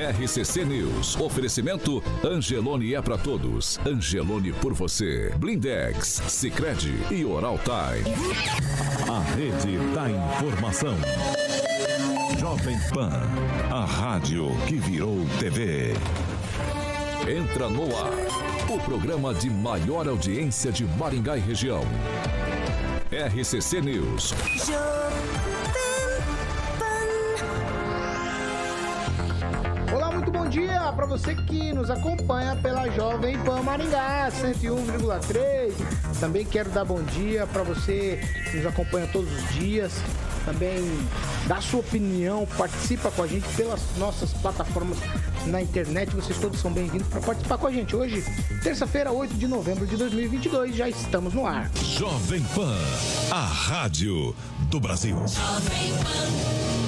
RCC News. Oferecimento Angelone é pra todos. Angelone por você. Blindex, Sicredi e Oral Time. A rede da informação. Jovem Pan, a rádio que virou TV. Entra no ar, o programa de maior audiência de Maringá e região. RCC News. Olá, muito bom dia para você que nos acompanha pela Jovem Pan Maringá 101,3. Também quero dar bom dia para você que nos acompanha todos os dias. Também dá sua opinião, participa com a gente pelas nossas plataformas na internet. Vocês todos são bem-vindos para participar com a gente. Hoje, terça-feira, 8 de novembro de 2022, já estamos no ar. Jovem Pan, a rádio do Brasil. Jovem Pan.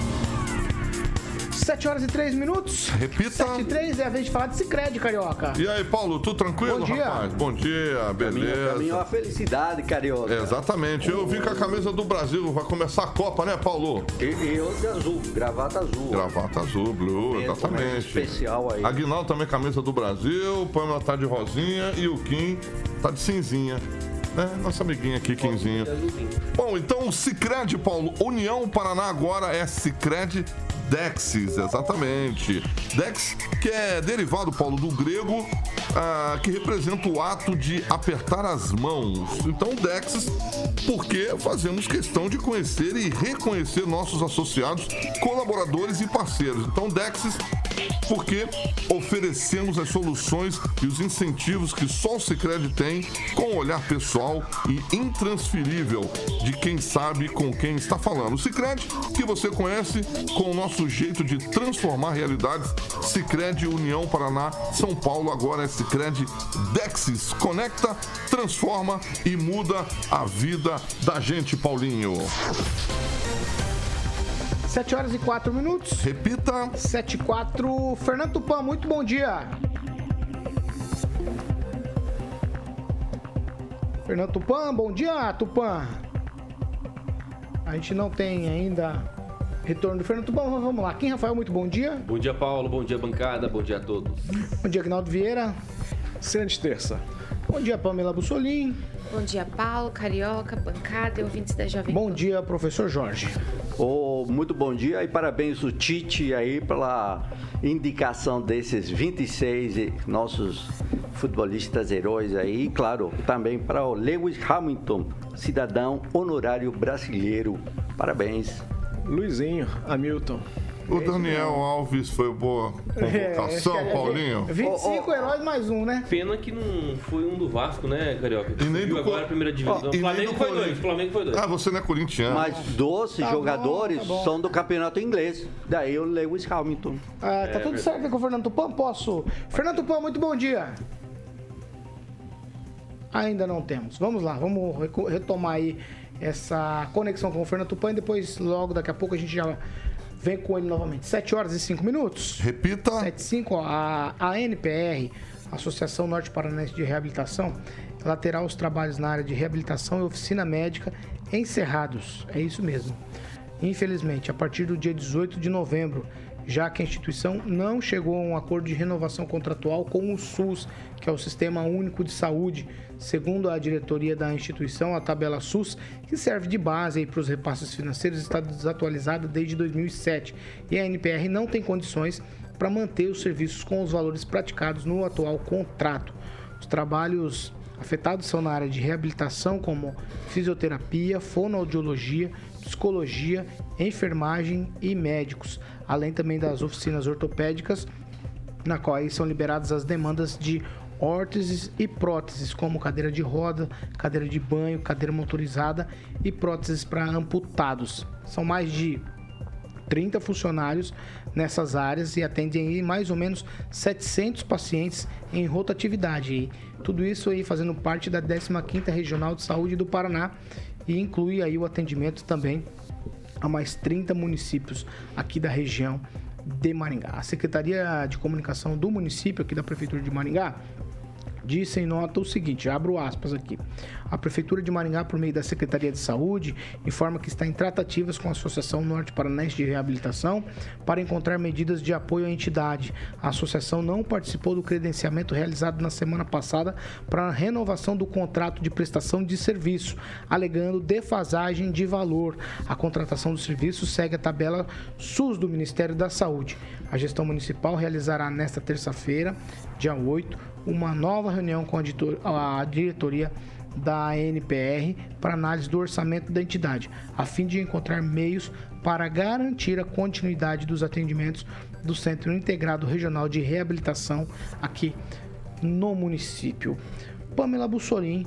7 horas e 3 minutos. Repita. 7 e 3 é a vez de falar de Sicredi, Carioca. E aí, Paulo, tudo tranquilo, bom dia. rapaz? Bom dia, beleza. Pra mim é uma felicidade, Carioca. Exatamente. Eu vi com a camisa do Brasil. Vai começar a Copa, né, Paulo? E eu de azul, gravata azul. Gravata azul, blue, exatamente. Especial aí. Aguinaldo também camisa do Brasil. Pamela tá de rosinha e o Kim tá de cinzinha. Nossa amiguinha aqui, Quinzinho. Bom, então o Sicredi, Paulo. União Paraná agora é Sicredi Dexis, exatamente. Dex, que é derivado, Paulo, do grego, que representa o ato de apertar as mãos. Então, Dexis, porque fazemos questão de conhecer e reconhecer nossos associados, colaboradores e parceiros. Então, Dexis, porque oferecemos as soluções e os incentivos que só o Sicredi tem, com um olhar pessoal e intransferível de quem sabe com quem está falando. O Sicredi, que você conhece, com o nosso jeito de transformar realidades. Sicredi União Paraná, São Paulo, agora é Sicredi Dexis. Conecta, transforma e muda a vida da gente, Paulinho. 7 horas e 4 minutos. Repita. 7 e 4. Fernando Tupan, muito bom dia. Fernando Tupan, bom dia, Tupan. A gente não tem ainda retorno do Fernando Tupan, mas vamos lá. Kim Rafael, muito bom dia. Bom dia, Paulo. Bom dia, bancada. Bom dia a todos. Bom dia, Aguinaldo Vieira. Excelente terça. Bom dia, Pamela Bussolini. Bom dia, Paulo, Carioca, bancada e ouvintes da Jovem Pan. Bom dia, professor Jorge. Muito bom dia e parabéns o Tite aí pela indicação desses 26 nossos futebolistas heróis aí. E, claro, também para o Lewis Hamilton, cidadão honorário brasileiro. Parabéns. Luizinho, Hamilton. O Daniel Alves foi boa convocação, Paulinho. 25 heróis mais um, né? Pena que não foi um do Vasco, né, Carioca? E nem do agora a primeira divisão. O Flamengo foi dois. Ah, você não é corintiano. Mas 12 jogadores são do campeonato inglês. Daí o Lewis Hamilton. Tá tudo certo com o Fernando Tupan? Posso? Fernando Tupan, muito bom dia. Ainda não temos. Vamos lá, vamos retomar aí essa conexão com o Fernando Tupan e depois, logo daqui a pouco, a gente já vem com ele novamente. 7 horas e 5 minutos. Repita. 7 e 5, a ANPR, Associação Norte Paranaense de Reabilitação, ela terá os trabalhos na área de reabilitação e oficina médica encerrados. É isso mesmo. Infelizmente, a partir do dia 18 de novembro, já que a instituição não chegou a um acordo de renovação contratual com o SUS, que é o Sistema Único de Saúde. Segundo a diretoria da instituição, a tabela SUS, que serve de base para os repasses financeiros, está desatualizada desde 2007 e a ANPR não tem condições para manter os serviços com os valores praticados no atual contrato. Os trabalhos afetados são na área de reabilitação, como fisioterapia, fonoaudiologia, psicologia, enfermagem e médicos, além também das oficinas ortopédicas, na qual são liberadas as demandas de órteses e próteses, como cadeira de roda, cadeira de banho, cadeira motorizada e próteses para amputados. São mais de 30 funcionários nessas áreas e atendem aí mais ou menos 700 pacientes em rotatividade. E tudo isso aí fazendo parte da 15ª Regional de Saúde do Paraná e inclui aí o atendimento também a mais 30 municípios aqui da região de Maringá. A Secretaria de Comunicação do município aqui da Prefeitura de Maringá disse em nota o seguinte, abro aspas aqui. A Prefeitura de Maringá, por meio da Secretaria de Saúde, informa que está em tratativas com a Associação Norte Paranaense de Reabilitação para encontrar medidas de apoio à entidade. A associação não participou do credenciamento realizado na semana passada para a renovação do contrato de prestação de serviço, alegando defasagem de valor. A contratação do serviço segue a tabela SUS do Ministério da Saúde. A gestão municipal realizará nesta terça-feira, dia 8, uma nova reunião com a diretoria da ANPR para análise do orçamento da entidade, a fim de encontrar meios para garantir a continuidade dos atendimentos do Centro Integrado Regional de Reabilitação aqui no município. Pamela Bussolini,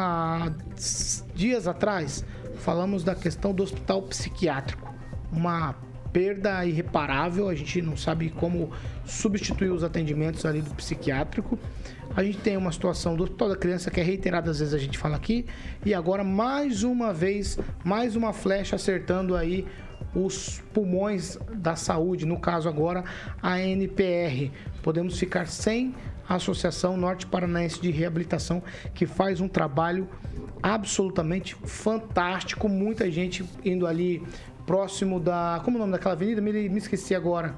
dias atrás, falamos da questão do hospital psiquiátrico, uma perda irreparável, a gente não sabe como substituir os atendimentos ali do psiquiátrico. A gente tem uma situação do Hospital da Criança que é reiteradas vezes a gente fala aqui, e agora mais uma vez, mais uma flecha acertando aí os pulmões da saúde, no caso agora a ANPR. Podemos ficar sem a Associação Norte Paranaense de Reabilitação, que faz um trabalho absolutamente fantástico, muita gente indo ali próximo da... Como é o nome daquela avenida? Me esqueci agora.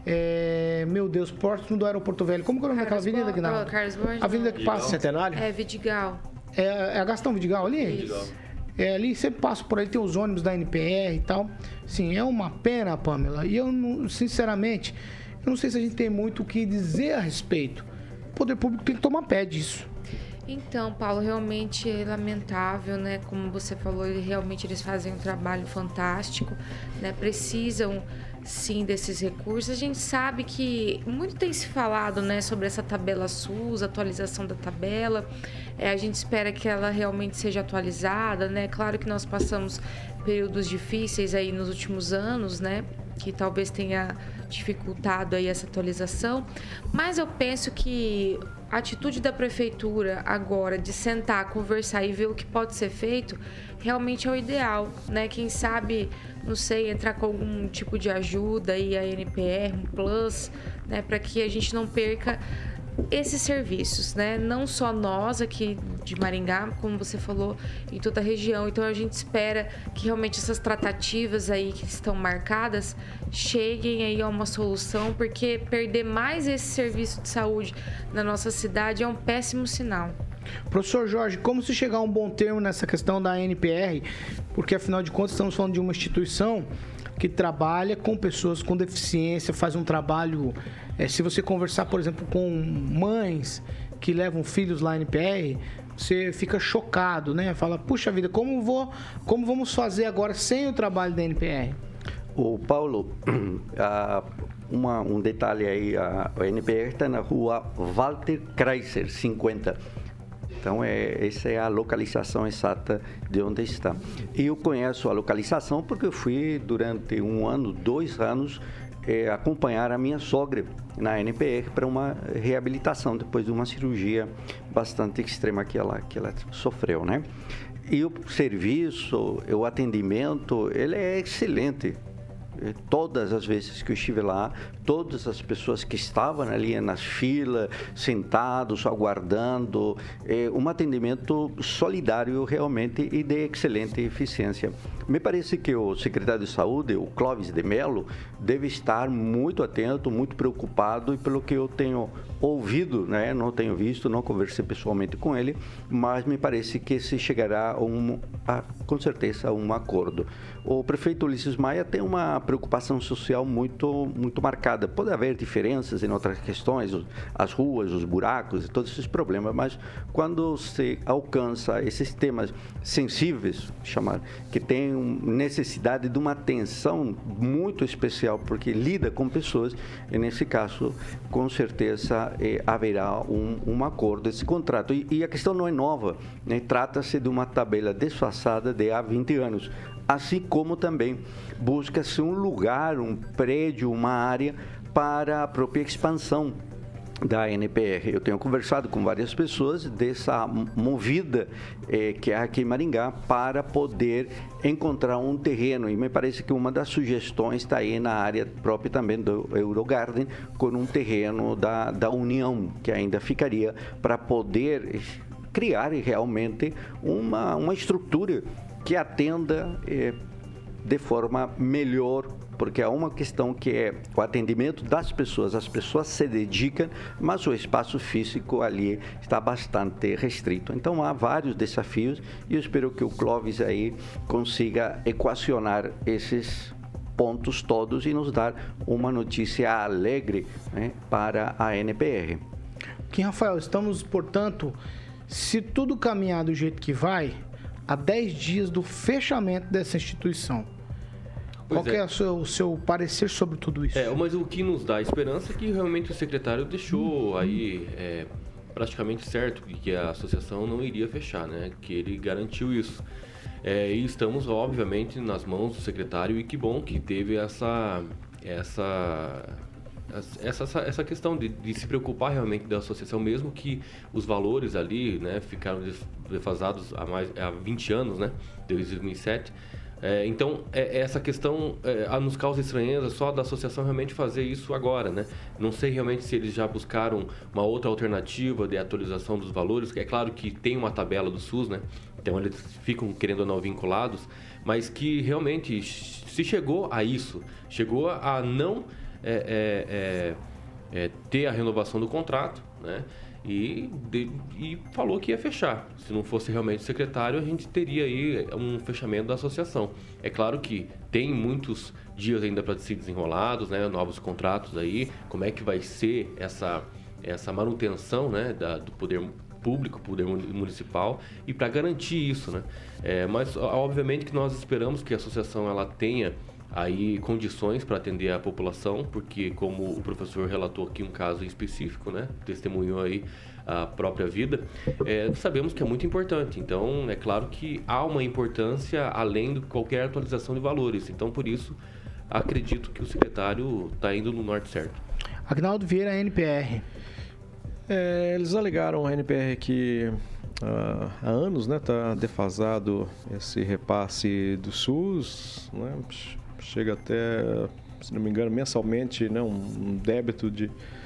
Meu Deus, próximo do Aeroporto Velho. Como é o nome daquela avenida, Guinaldo? Carlos Borges. A avenida que passa... Centenário? É Vidigal. É a Gastão Vidigal ali? Vidigal. Ali sempre passo por aí, tem os ônibus da NPR e tal. Sim, é uma pena, Pamela. E eu, sinceramente, eu não sei se a gente tem muito o que dizer a respeito. O poder público tem que tomar pé disso. Então, Paulo, realmente é lamentável, né? Como você falou, eles fazem um trabalho fantástico, né? Precisam, sim, desses recursos. A gente sabe que muito tem se falado, né, sobre essa tabela SUS, atualização da tabela. A gente espera que ela realmente seja atualizada, né? Claro que nós passamos períodos difíceis aí nos últimos anos, né? Que talvez tenha dificultado aí essa atualização. Mas eu penso que a atitude da prefeitura agora de sentar, conversar e ver o que pode ser feito realmente é o ideal, né? Quem sabe, não sei, entrar com algum tipo de ajuda aí, a NPR, um plus, né? Para que a gente não perca esses serviços, né? Não só nós aqui de Maringá, como você falou, em toda a região. Então a gente espera que realmente essas tratativas aí que estão marcadas cheguem aí a uma solução, porque perder mais esse serviço de saúde na nossa cidade é um péssimo sinal. Professor Jorge, como se chegar a um bom termo nessa questão da ANPR? Porque afinal de contas estamos falando de uma instituição que trabalha com pessoas com deficiência, faz um trabalho... se você conversar, por exemplo, com mães que levam filhos lá na NPR, você fica chocado, né? Fala, puxa vida, como vamos fazer agora sem o trabalho da NPR? O Paulo, um detalhe aí, a NPR está na rua Walter Kreiser, 50. Então, essa é a localização exata de onde está. Eu conheço a localização porque eu fui durante 1 ano, 2 anos, acompanhar a minha sogra na NPR para uma reabilitação depois de uma cirurgia bastante extrema que ela sofreu, né? E o serviço, o atendimento, ele é excelente. Todas as vezes que eu estive lá, todas as pessoas que estavam ali nas filas, sentados, aguardando, um atendimento solidário realmente e de excelente eficiência. Me parece que o secretário de Saúde, o Clóvis de Mello, deve estar muito atento, muito preocupado, e pelo que eu tenho ouvido, né, não tenho visto, não conversei pessoalmente com ele, mas me parece que se chegará com certeza a um acordo. O prefeito Ulisses Maia tem uma preocupação social muito marcada. Pode haver diferenças em outras questões, as ruas, os buracos e todos esses problemas, mas quando se alcança esses temas sensíveis, que tem necessidade de uma atenção muito especial, porque lida com pessoas, e nesse caso, com certeza, haverá um acordo, esse contrato. E a questão não é nova, né? Trata-se de uma tabela desfasada de há 20 anos. Assim como também busca-se um lugar, um prédio, uma área para a própria expansão da ANPR. Eu tenho conversado com várias pessoas dessa movida que é aqui em Maringá para poder encontrar um terreno, e me parece que uma das sugestões está aí na área própria também do Eurogarden, com um terreno da União, que ainda ficaria para poder criar realmente uma estrutura que atenda de forma melhor, porque há uma questão que é o atendimento das pessoas. As pessoas se dedicam, mas o espaço físico ali está bastante restrito. Então há vários desafios e eu espero que o Clóvis aí consiga equacionar esses pontos todos e nos dar uma notícia alegre, né, para a ANPR. Aqui, Rafael, estamos, portanto, se tudo caminhar do jeito que vai, há 10 dias do fechamento dessa instituição. Qual é o seu parecer sobre tudo isso? Mas o que nos dá esperança é que realmente o secretário deixou aí praticamente certo que a associação não iria fechar, né? Que ele garantiu isso. E estamos, obviamente, nas mãos do secretário, e que bom que teve essa questão de se preocupar realmente da associação, mesmo que os valores ali, né, ficaram defasados há 20 anos, né, desde 2007. Então, essa questão nos causa estranheza só da associação realmente fazer isso agora, né? Não sei realmente se eles já buscaram uma outra alternativa de atualização dos valores. É claro que tem uma tabela do SUS, né? Então, eles ficam, querendo ou não, vinculados, mas que realmente se chegou a isso, chegou a não ter a renovação do contrato, né? E falou que ia fechar. Se não fosse realmente o secretário, a gente teria aí um fechamento da associação. É claro que tem muitos dias ainda para ser desenrolados, né? Novos contratos aí, como é que vai ser essa manutenção, né? Do poder público, poder municipal, e para garantir isso, né? Mas obviamente que nós esperamos que a associação ela tenha aí condições para atender a população, porque como o professor relatou aqui um caso específico, né, testemunhou aí a própria vida, sabemos que é muito importante. Então, é claro que há uma importância além de qualquer atualização de valores. Então, por isso, acredito que o secretário está indo no norte certo. Agnaldo Vieira, NPR. Eles alegaram a NPR que há anos, né, está defasado esse repasse do SUS, né? Chega até, se não me engano, mensalmente, né, um débito de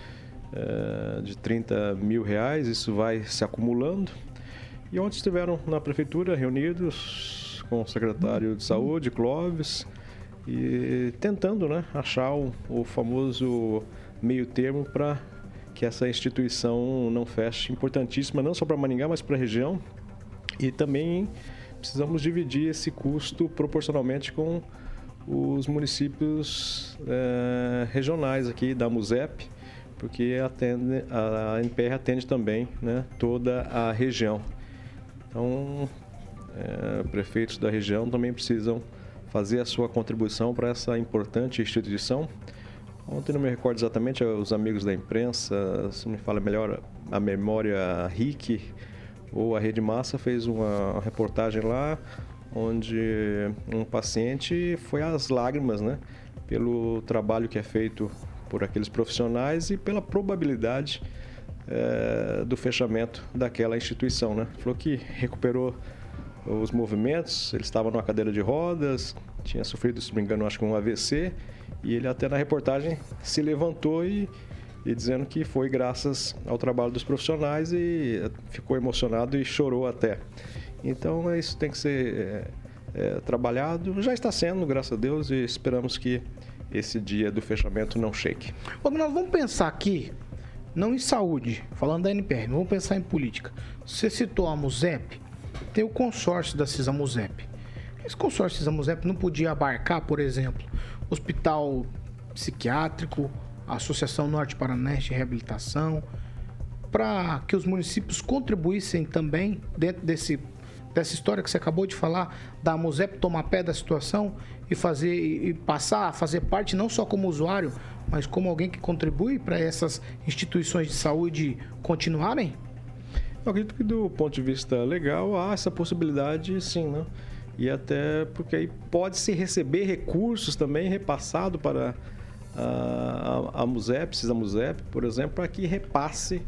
30 mil reais. Isso vai se acumulando. E ontem estiveram na prefeitura reunidos com o secretário de saúde, Clóvis, e tentando, né, achar o famoso meio termo para que essa instituição não feche. Importantíssima, não só para Maringá, mas para a região. E também precisamos dividir esse custo proporcionalmente com os municípios regionais aqui da MUSEP, porque a NPR atende também, né, toda a região. Então, prefeitos da região também precisam fazer a sua contribuição para essa importante instituição. Ontem, não me recordo exatamente, os amigos da imprensa, se me fala melhor a memória, RIC ou a Rede Massa fez uma reportagem lá, onde um paciente foi às lágrimas, né, pelo trabalho que é feito por aqueles profissionais e pela probabilidade do fechamento daquela instituição, né? Falou que recuperou os movimentos, ele estava numa cadeira de rodas, tinha sofrido, se não me engano, acho que um AVC, e ele até na reportagem se levantou e dizendo que foi graças ao trabalho dos profissionais, e ficou emocionado e chorou até. Então, isso tem que ser trabalhado. Já está sendo, graças a Deus, e esperamos que esse dia do fechamento não chegue. Bom, nós vamos pensar aqui, não em saúde, falando da NPR, não vamos pensar em política. Você citou a MUSEP, tem o consórcio da CISA-MUSEP. Esse consórcio CISA-MUSEP não podia abarcar, por exemplo, hospital psiquiátrico, a Associação Norte Paranense de Reabilitação, para que os municípios contribuíssem também dentro dessa história que você acabou de falar, da MUSEP tomar pé da situação e passar a fazer parte não só como usuário, mas como alguém que contribui para essas instituições de saúde continuarem? Eu acredito que do ponto de vista legal há essa possibilidade, sim, né? E até porque aí pode-se receber recursos também repassado para a MUSEP, CISAMUSEP, por exemplo, para que repasse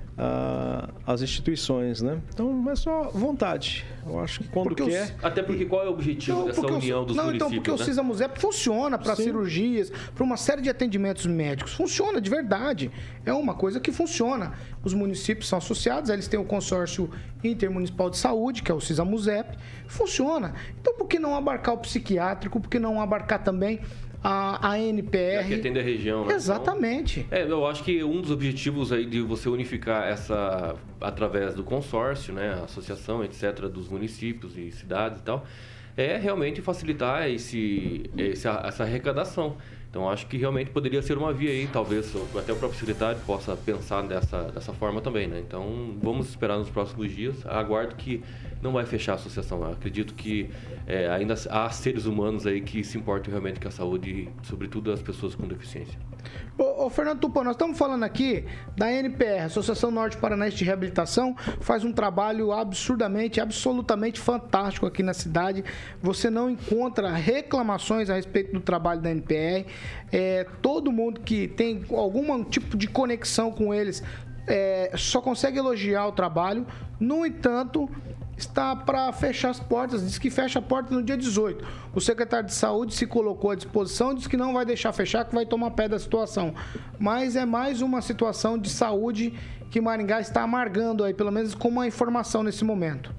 as instituições, né? Então é só vontade. Eu acho que quando quer... Até porque qual é o objetivo dessa união dos municípios? Então, porque o CISAMUSEP funciona para cirurgias, para uma série de atendimentos médicos. Funciona de verdade. É uma coisa que funciona. Os municípios são associados, eles têm o consórcio intermunicipal de saúde, que é o CISAMUSEP. Funciona. Então, por que não abarcar o psiquiátrico? Por que não abarcar também a ANPR? Que atende a região, né? Exatamente. Então, eu acho que um dos objetivos aí de você unificar essa, através do consórcio, né, a associação, etc., dos municípios e cidades e tal, é realmente facilitar essa arrecadação. Então, acho que realmente poderia ser uma via aí, talvez até o próprio secretário possa pensar dessa forma também, né? Então, vamos esperar nos próximos dias. Aguardo que não vai fechar a associação. Eu acredito que ainda há seres humanos aí que se importam realmente com a saúde, sobretudo as pessoas com deficiência. Ô Fernando Tupan, nós estamos falando aqui da NPR, Associação Norte Paranaense de Reabilitação, faz um trabalho absolutamente fantástico aqui na cidade. Você não encontra reclamações a respeito do trabalho da NPR. Todo mundo que tem algum tipo de conexão com eles só consegue elogiar o trabalho. No entanto, está para fechar as portas, diz que fecha a porta no dia 18. O secretário de Saúde se colocou à disposição, diz que não vai deixar fechar, que vai tomar pé da situação. Mas é mais uma situação de saúde que Maringá está amargando aí, pelo menos com uma informação nesse momento.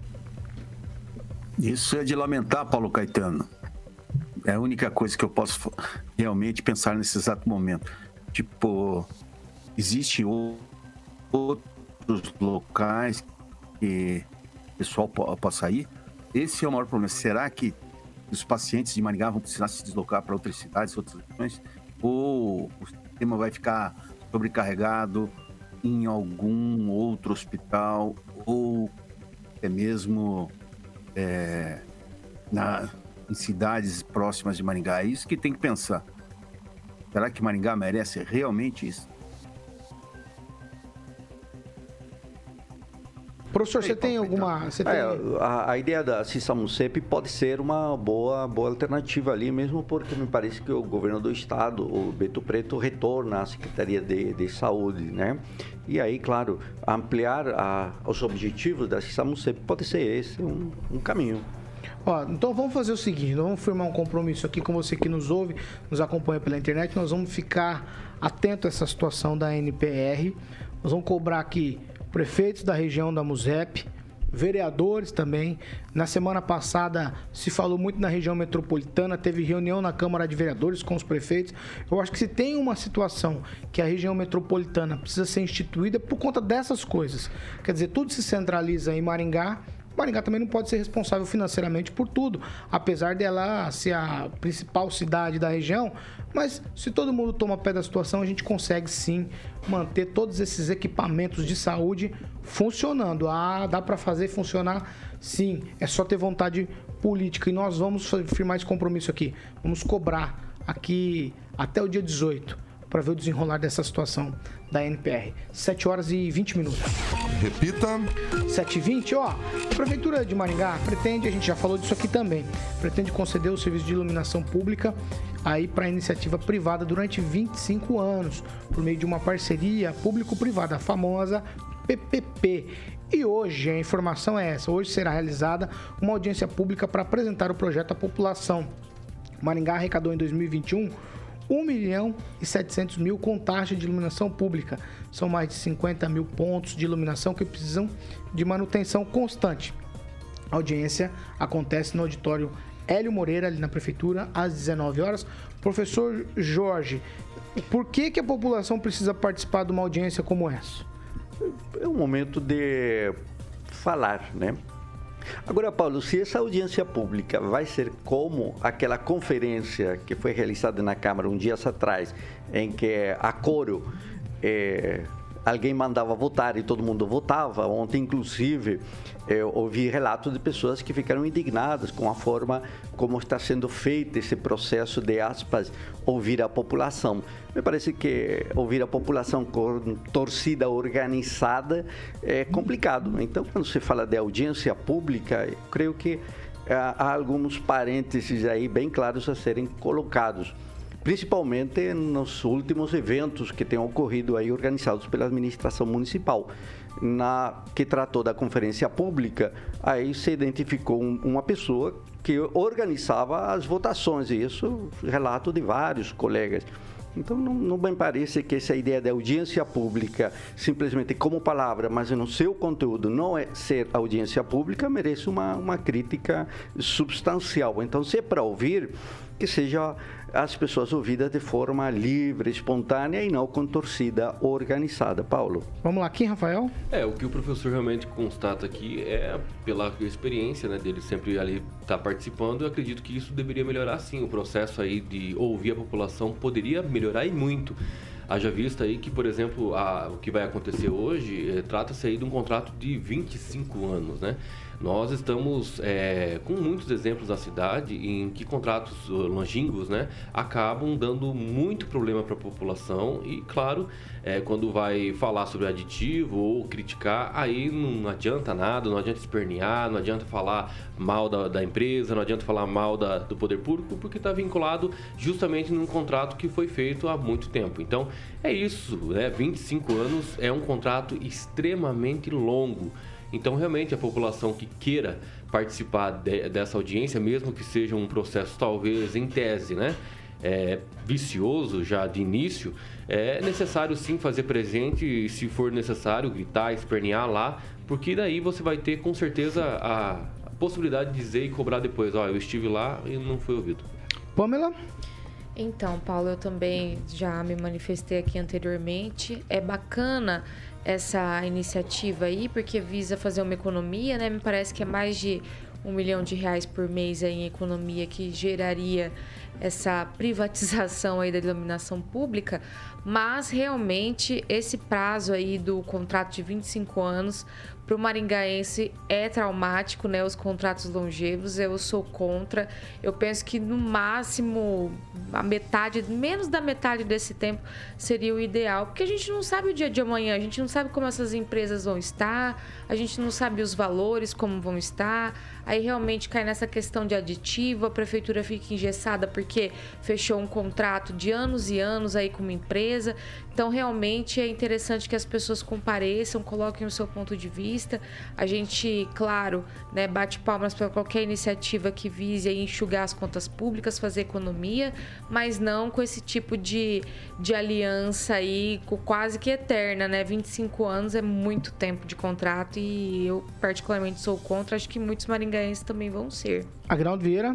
Isso é de lamentar, Paulo Caetano. É a única coisa que eu posso realmente pensar nesse exato momento. Tipo, existem outros locais que o pessoal possa ir. Esse é o maior problema. Será que os pacientes de Maringá vão precisar se deslocar para outras cidades, outras regiões? Ou o sistema vai ficar sobrecarregado em algum outro hospital? Ou até mesmo em cidades próximas de Maringá? É isso que tem que pensar. Será que Maringá merece realmente isso? Professor, você tem alguma... A ideia da CISAMUSEP pode ser uma boa alternativa ali, mesmo porque me parece que o governo do estado, o Beto Preto, retorna à Secretaria de Saúde, né? E aí, claro, ampliar os objetivos da CISAMUSEP pode ser esse um caminho. Então vamos fazer o seguinte, nós vamos firmar um compromisso aqui com você que nos ouve, nos acompanha pela internet, nós vamos ficar atento a essa situação da NPR, nós vamos cobrar aqui prefeitos da região da MUSEP, vereadores também. Na semana passada se falou muito na região metropolitana, teve reunião na Câmara de Vereadores com os prefeitos. Eu acho que se tem uma situação que a região metropolitana precisa ser instituída por conta dessas coisas, quer dizer, tudo se centraliza em Maringá. Maringá também não pode ser responsável financeiramente por tudo, apesar dela ser a principal cidade da região, mas se todo mundo toma pé da situação, a gente consegue sim manter todos esses equipamentos de saúde funcionando. Dá para fazer funcionar sim, é só ter vontade política e nós vamos firmar esse compromisso aqui, vamos cobrar aqui até o dia 18 para ver o desenrolar dessa situação da NPR. 7 horas e 20 minutos. Repita. 7h20, a Prefeitura de Maringá pretende, a gente já falou disso aqui também, pretende conceder o serviço de iluminação pública aí para iniciativa privada durante 25 anos, por meio de uma parceria público-privada, a famosa PPP. E hoje, a informação é essa, hoje será realizada uma audiência pública para apresentar o projeto à população. Maringá arrecadou em 2021 1.700.000 com taxa de iluminação pública. São mais de 50 mil pontos de iluminação que precisam de manutenção constante. A audiência acontece no auditório Hélio Moreira, ali na Prefeitura, às 19 horas. Professor Jorge, por que a população precisa participar de uma audiência como essa? É um momento de falar, né? Agora, Paulo, se essa audiência pública vai ser como aquela conferência que foi realizada na Câmara um dia atrás, em que a coro alguém mandava votar e todo mundo votava. Ontem, inclusive, eu ouvi relatos de pessoas que ficaram indignadas com a forma como está sendo feito esse processo de, aspas, ouvir a população. Me parece que ouvir a população com torcida organizada é complicado. Então, quando se fala de audiência pública, eu creio que há alguns parênteses aí bem claros a serem colocados. principalmente nos últimos eventos que têm ocorrido aí, organizados pela administração municipal. Que tratou da conferência pública, aí se identificou uma pessoa que organizava as votações, e isso relato de vários colegas. Então, não me parece que essa ideia da audiência pública, simplesmente como palavra, mas no seu conteúdo não é ser audiência pública, merece uma crítica substancial. Então, se é para ouvir, que seja as pessoas ouvidas de forma livre, espontânea e não com torcida organizada. Paulo. Vamos lá, aqui, Rafael? O que o professor realmente constata aqui é pela experiência, né, dele sempre ali estar participando. Eu acredito que isso deveria melhorar sim. O processo aí de ouvir a população poderia melhorar e muito. Haja vista aí que, por exemplo, o que vai acontecer hoje, trata-se aí de um contrato de 25 anos, né? Nós estamos com muitos exemplos na cidade em que contratos longínquos, né, acabam dando muito problema para a população e, claro, quando vai falar sobre aditivo ou criticar, aí não adianta nada, não adianta espernear, não adianta falar mal da empresa, não adianta falar mal do poder público, porque está vinculado justamente num contrato que foi feito há muito tempo. Então, é isso, né? 25 anos é um contrato extremamente longo. Então, realmente, a população que queira participar dessa audiência, mesmo que seja um processo, talvez, em tese, né, vicioso já de início, é necessário, sim, fazer presente e, se for necessário, gritar, espernear lá, porque daí você vai ter, com certeza, a possibilidade de dizer e cobrar depois, eu estive lá e não fui ouvido. Pamela? Então, Paulo, eu também já me manifestei aqui anteriormente. É bacana essa iniciativa aí, porque visa fazer uma economia, né? Me parece que é mais de R$1 milhão por mês aí em economia que geraria essa privatização aí da iluminação pública, mas realmente esse prazo aí do contrato de 25 anos para o maringaense é traumático, né? Os contratos longevos, eu sou contra. Eu penso que no máximo menos da metade desse tempo seria o ideal, porque a gente não sabe o dia de amanhã, a gente não sabe como essas empresas vão estar, a gente não sabe os valores, como vão estar. Aí realmente cai nessa questão de aditivo, a prefeitura fica engessada porque fechou um contrato de anos e anos aí com uma empresa. Então, realmente é interessante que as pessoas compareçam, coloquem o seu ponto de vista. A gente, claro, né, bate palmas para qualquer iniciativa que vise enxugar as contas públicas, fazer economia, mas não com esse tipo de aliança aí quase que eterna, né? 25 anos é muito tempo de contrato e eu particularmente sou contra, acho que muitos maringaenses também vão ser. Agnaldo Vieira?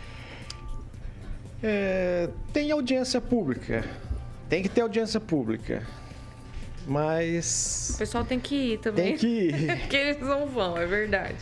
Tem audiência pública. Tem que ter audiência pública. Mas... o pessoal tem que ir também. Tem que ir. Porque eles não vão, é verdade.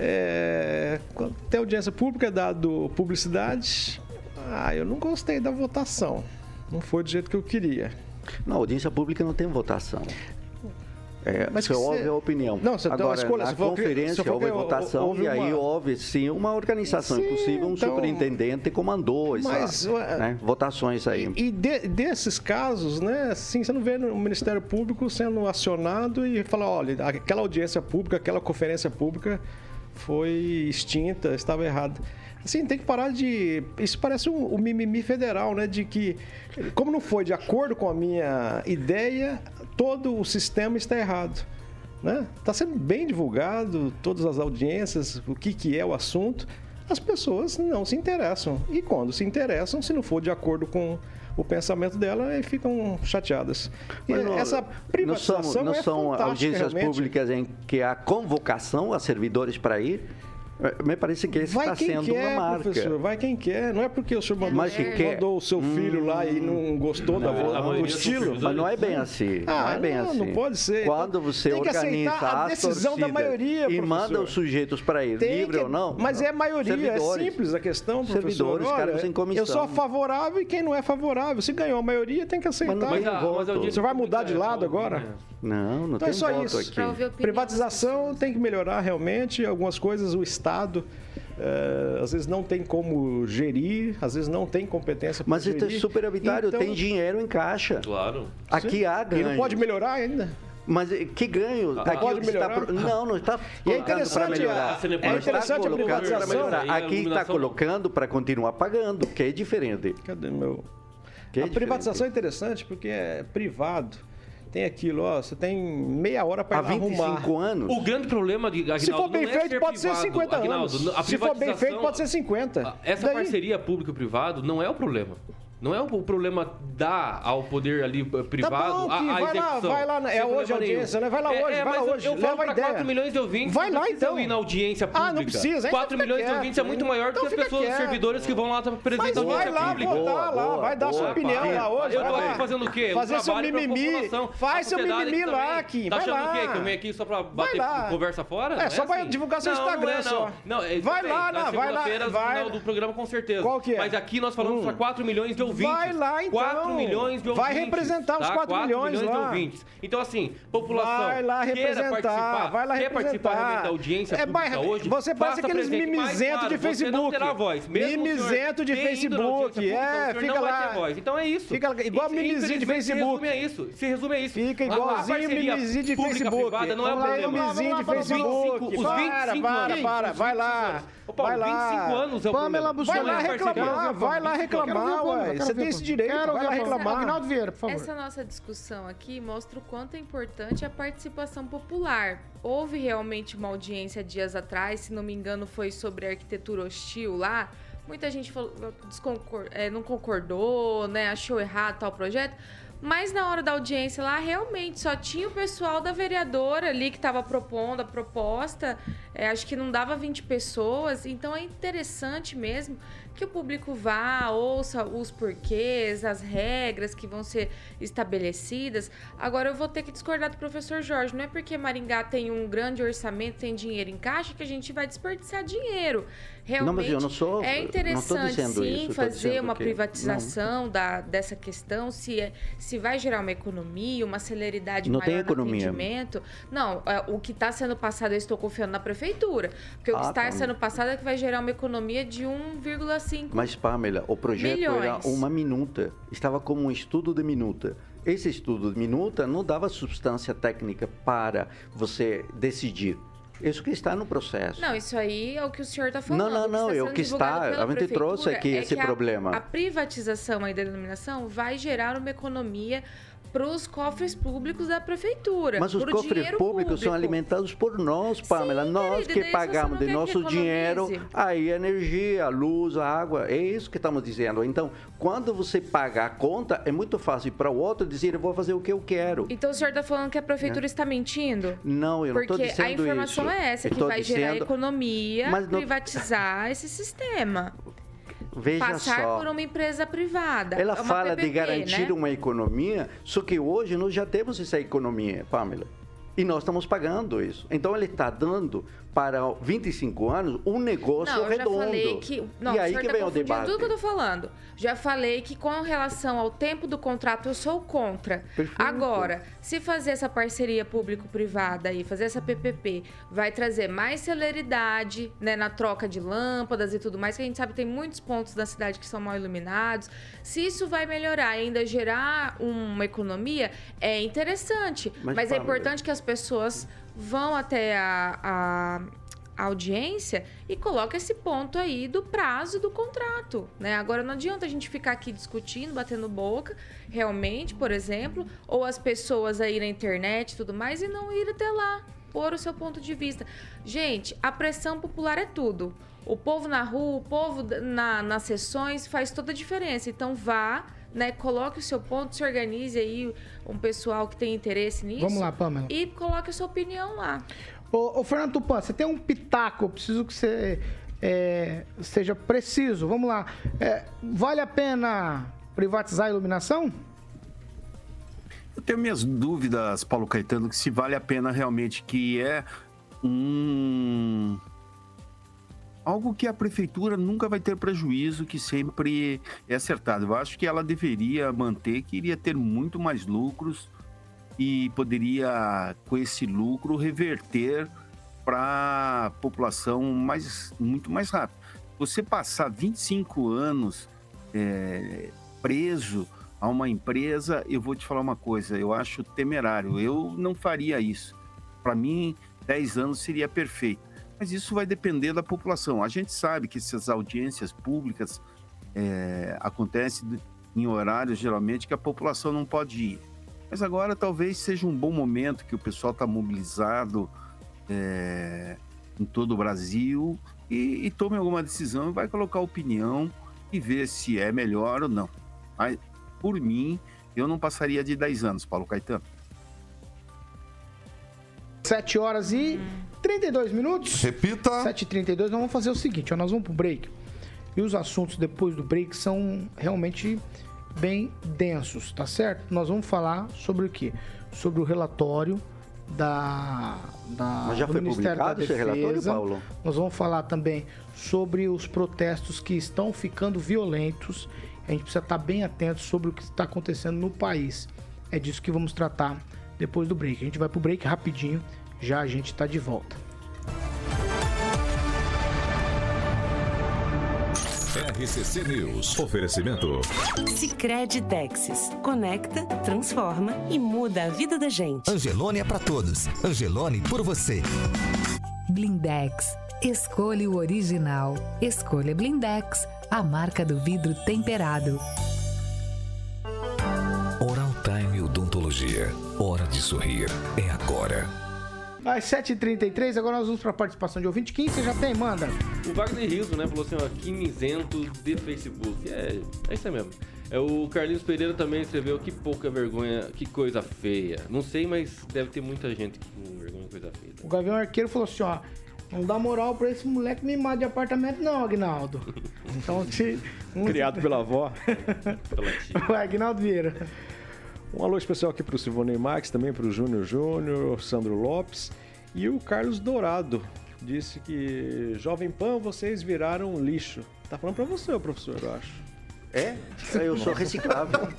Tem audiência pública, dado publicidade. Eu não gostei da votação. Não foi do jeito que eu queria. Não, audiência pública não tem votação. Mas você ouve a opinião. Não, você agora, escolha, na conferência houve votação e aí houve sim uma organização, inclusive um superintendente comandou votações aí. E desses casos, né, assim, você não vê o Ministério Público sendo acionado e falar, olha, aquela audiência pública, aquela conferência pública foi extinta, estava errada. Assim, tem que parar de... Isso parece um mimimi federal, né? De que, como não foi de acordo com a minha ideia, todo o sistema está errado, né? Está sendo bem divulgado, todas as audiências, o que é o assunto. As pessoas não se interessam. E quando se interessam, se não for de acordo com o pensamento dela, aí ficam chateadas. Essa privatização não são audiências públicas em que há convocação a servidores para ir? Me parece que esse está sendo uma marca. Professor, vai quem quer. Não é porque o senhor mandou o seu filho lá e não gostou do estilo. Mas não é bem assim. Não é bem assim. Não pode ser. Quando você organiza a decisão da maioria e manda os sujeitos para ir, livre ou não. Mas é a maioria, é simples a questão, professor. Servidores, cargos em comissão. Eu sou favorável e quem não é favorável. Se ganhou a maioria, tem que aceitar. Você vai mudar de lado agora? Não tem voto aqui. Privatização tem que melhorar realmente. Algumas coisas o Estado às vezes não tem como gerir, às vezes não tem competência para gerir. Mas esse superavitário tem dinheiro em caixa. Claro. Aqui há ganho. E não pode melhorar ainda. Mas que ganho? Não pode melhorar? Não está colocando para melhorar. É interessante a privatização. Aqui está colocando para continuar pagando, que é diferente. Cadê meu... A privatização é interessante porque é privado. Tem aquilo, você tem meia hora para arrumar. 25 anos? O grande problema de Aguinaldo, se for bem feito, pode ser 50 Aguinaldo, anos. Se for bem feito, pode ser 50. Essa parceria público-privado não é o problema. Não é o problema dar ao poder ali privado tá bom, a execução. Vai lá, hoje a audiência, né? Vai lá hoje, vai lá hoje. Eu falo para 4 milhões de ouvintes, vai lá então. Ir na audiência pública. Não precisa. 4 milhões de ouvintes é muito maior do que as pessoas, os servidores que vão lá apresentar audiência pública. Vai lá votar lá, vai dar sua opinião lá hoje. Eu tô aqui fazendo o quê? Fazer seu mimimi. Faz seu mimimi lá, Kim. Tá achando o quê? Que eu venho aqui só para bater conversa fora? Só vai divulgar seu Instagram só. Vai lá, vai lá. Vai final do programa com certeza. Qual que é? Mas aqui nós falamos para 4 milhões de ouvintes. Vai lá então. 4 milhões de ouvintes. Vai representar os 4 milhões lá. De ouvintes. Então, assim, população. Vai lá representar. Vai lá quer representar. participar realmente da audiência pública hoje? Você parece aqueles mimizentos de Facebook. Mimizento de Facebook. Fica lá. Então é isso. Fica igual mimizinho de Facebook. Se resume a isso. Fica igualzinho mimizinho de Facebook. Não é o problema. Mimizinho de Facebook. Os 25 anos. Vai lá. Vai lá. 25 anos é o problema. Vai lá reclamar. Vai lá reclamar, ué. Você tem esse direito. Vai lá reclamar. Aguinaldo Vieira, por favor. Essa nossa discussão aqui mostra o quanto é importante a participação popular. Houve realmente uma audiência dias atrás, se não me engano, foi sobre arquitetura hostil lá. Muita gente falou, não concordou, né? Achou errado tal projeto. Mas na hora da audiência lá, realmente, só tinha o pessoal da vereadora ali que estava propondo a proposta. Acho que não dava 20 pessoas. Então é interessante mesmo que o público vá, ouça os porquês, as regras que vão ser estabelecidas. Agora eu vou ter que discordar do professor Jorge. Não é porque Maringá tem um grande orçamento, tem dinheiro em caixa, que a gente vai desperdiçar dinheiro. Realmente é interessante sim fazer uma privatização dessa questão, se vai gerar uma economia, uma celeridade maior no atendimento. Não, o que está sendo passado eu estou confiando na prefeitura, porque o que está sendo passado é que vai gerar uma economia de 1,5 Mas, Pamela, o projeto era uma minuta, estava como um estudo de minuta. Esse estudo de minuta não dava substância técnica para você decidir. Isso que está no processo. Não, isso aí é o que o senhor está falando. Não, é o que está. A gente trouxe aqui esse problema. A privatização aí da denominação vai gerar uma economia para os cofres públicos da prefeitura. Mas os cofres públicos são alimentados por nós, Pamela. Sim, nós que pagamos de nosso dinheiro aí a energia, a luz, a água. É isso que estamos dizendo. Então, quando você paga a conta, é muito fácil para o outro dizer, eu vou fazer o que eu quero. Então, o senhor está falando que a prefeitura está mentindo? Não, eu não estou dizendo isso. Porque a informação é essa, que vai gerar economia, privatizar esse sistema. Veja só, por uma empresa privada. Ela fala PPP, de garantir uma economia, só que hoje nós já temos essa economia, Pamela. E nós estamos pagando isso. Então, ele está dando para 25 anos um negócio redondo. Já falei que... Não, e aí que vem o debate. Tudo que eu estou falando. Já falei que com relação ao tempo do contrato, eu sou contra. Perfeito. Agora, se fazer essa parceria público-privada e fazer essa PPP, vai trazer mais celeridade, né, na troca de lâmpadas e tudo mais, que a gente sabe que tem muitos pontos da cidade que são mal iluminados. Se isso vai melhorar e ainda gerar uma economia, é interessante. Mas é importante que as pessoas vão até a audiência e coloquem esse ponto aí do prazo do contrato, né? Agora, não adianta a gente ficar aqui discutindo, batendo boca, realmente, por exemplo, ou as pessoas aí na internet e tudo mais, e não ir até lá, pôr o seu ponto de vista. Gente, a pressão popular é tudo. O povo na rua, o povo nas sessões faz toda a diferença. Então, vá, né, coloque o seu ponto, se organize aí um pessoal que tem interesse nisso. Vamos lá, Pamela. E coloque a sua opinião lá. Ô Fernando Tupan, você tem um pitaco, eu preciso que você seja preciso. Vamos lá. Vale a pena privatizar a iluminação? Eu tenho minhas dúvidas, Paulo Caetano, que se vale a pena realmente, que é algo que a prefeitura nunca vai ter prejuízo, que sempre é acertado. Eu acho que ela deveria manter, que iria ter muito mais lucros e poderia, com esse lucro, reverter para a população muito mais rápido. Você passar 25 anos preso a uma empresa, eu vou te falar uma coisa, eu acho temerário. Eu não faria isso. Para mim, 10 anos seria perfeito. Mas isso vai depender da população. A gente sabe que essas audiências públicas acontecem em horários, geralmente, que a população não pode ir. Mas agora talvez seja um bom momento que o pessoal está mobilizado em todo o Brasil e tome alguma decisão e vai colocar opinião e ver se é melhor ou não. Mas, por mim, eu não passaria de 10 anos, Paulo Caetano. 7 horas e 32 minutos. Repita. 7h32, nós vamos fazer o seguinte, ó, nós vamos pro break. E os assuntos depois do break são realmente bem densos, tá certo? Nós vamos falar sobre o quê? Sobre o relatório Mas já do foi Ministério da publicado esse Defesa. relatório, Paulo? Nós vamos falar também sobre os protestos que estão ficando violentos. A gente precisa estar bem atento sobre o que está acontecendo no país. É disso que vamos tratar depois do break. A gente vai pro break rapidinho, já a gente está de volta. RCC News. Oferecimento. Sicredi Texas. Conecta, transforma e muda a vida da gente. Angelone é pra todos. Angelone por você. Blindex. Escolha o original. Escolha Blindex, a marca do vidro temperado. Oral Time Odontologia. Hora de sorrir. É agora. Às 7h33, agora nós vamos para a participação de ouvinte. Quem você já tem? Manda. O Wagner Riso, né? Falou assim, ó, que mizento de Facebook. É isso aí mesmo. O Carlinhos Pereira também escreveu, que pouca vergonha, que coisa feia. Não sei, mas deve ter muita gente com vergonha, coisa feia. O Gavião Arqueiro falou assim, ó, não dá moral pra esse moleque mimado de apartamento não, Aguinaldo. Então, Criado pela avó. Pela tia. Vai, Aguinaldo Vieira. Um alô especial aqui pro Silvonei Max, também pro Júnior, Sandro Lopes. E o Carlos Dourado disse que Jovem Pan, vocês viraram lixo. Tá falando pra você, professor, eu acho. Eu sou reciclável.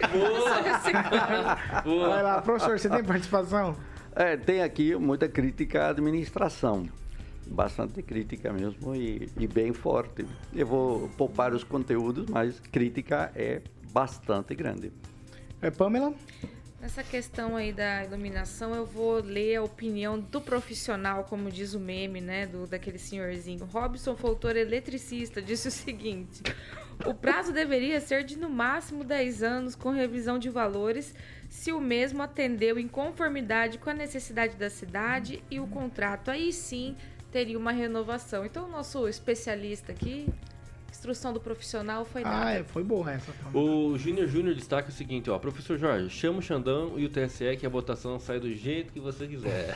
Boa. Vai lá, professor, você tem participação? Tem aqui muita crítica à administração. Bastante crítica mesmo e bem forte. Eu vou poupar os conteúdos, mas crítica é bastante grande. Pamela? Nessa questão aí da iluminação, eu vou ler a opinião do profissional, como diz o meme, né, daquele senhorzinho. Robson Foltor, eletricista, disse o seguinte: o prazo deveria ser de no máximo 10 anos com revisão de valores, se o mesmo atendeu em conformidade com a necessidade da cidade e o contrato. Aí sim teria uma renovação. Então o nosso especialista aqui, instrução do profissional, foi dada. Foi boa essa. O Júnior destaca o seguinte, ó, professor Jorge, chama o Xandão e o TSE que a votação sai do jeito que você quiser.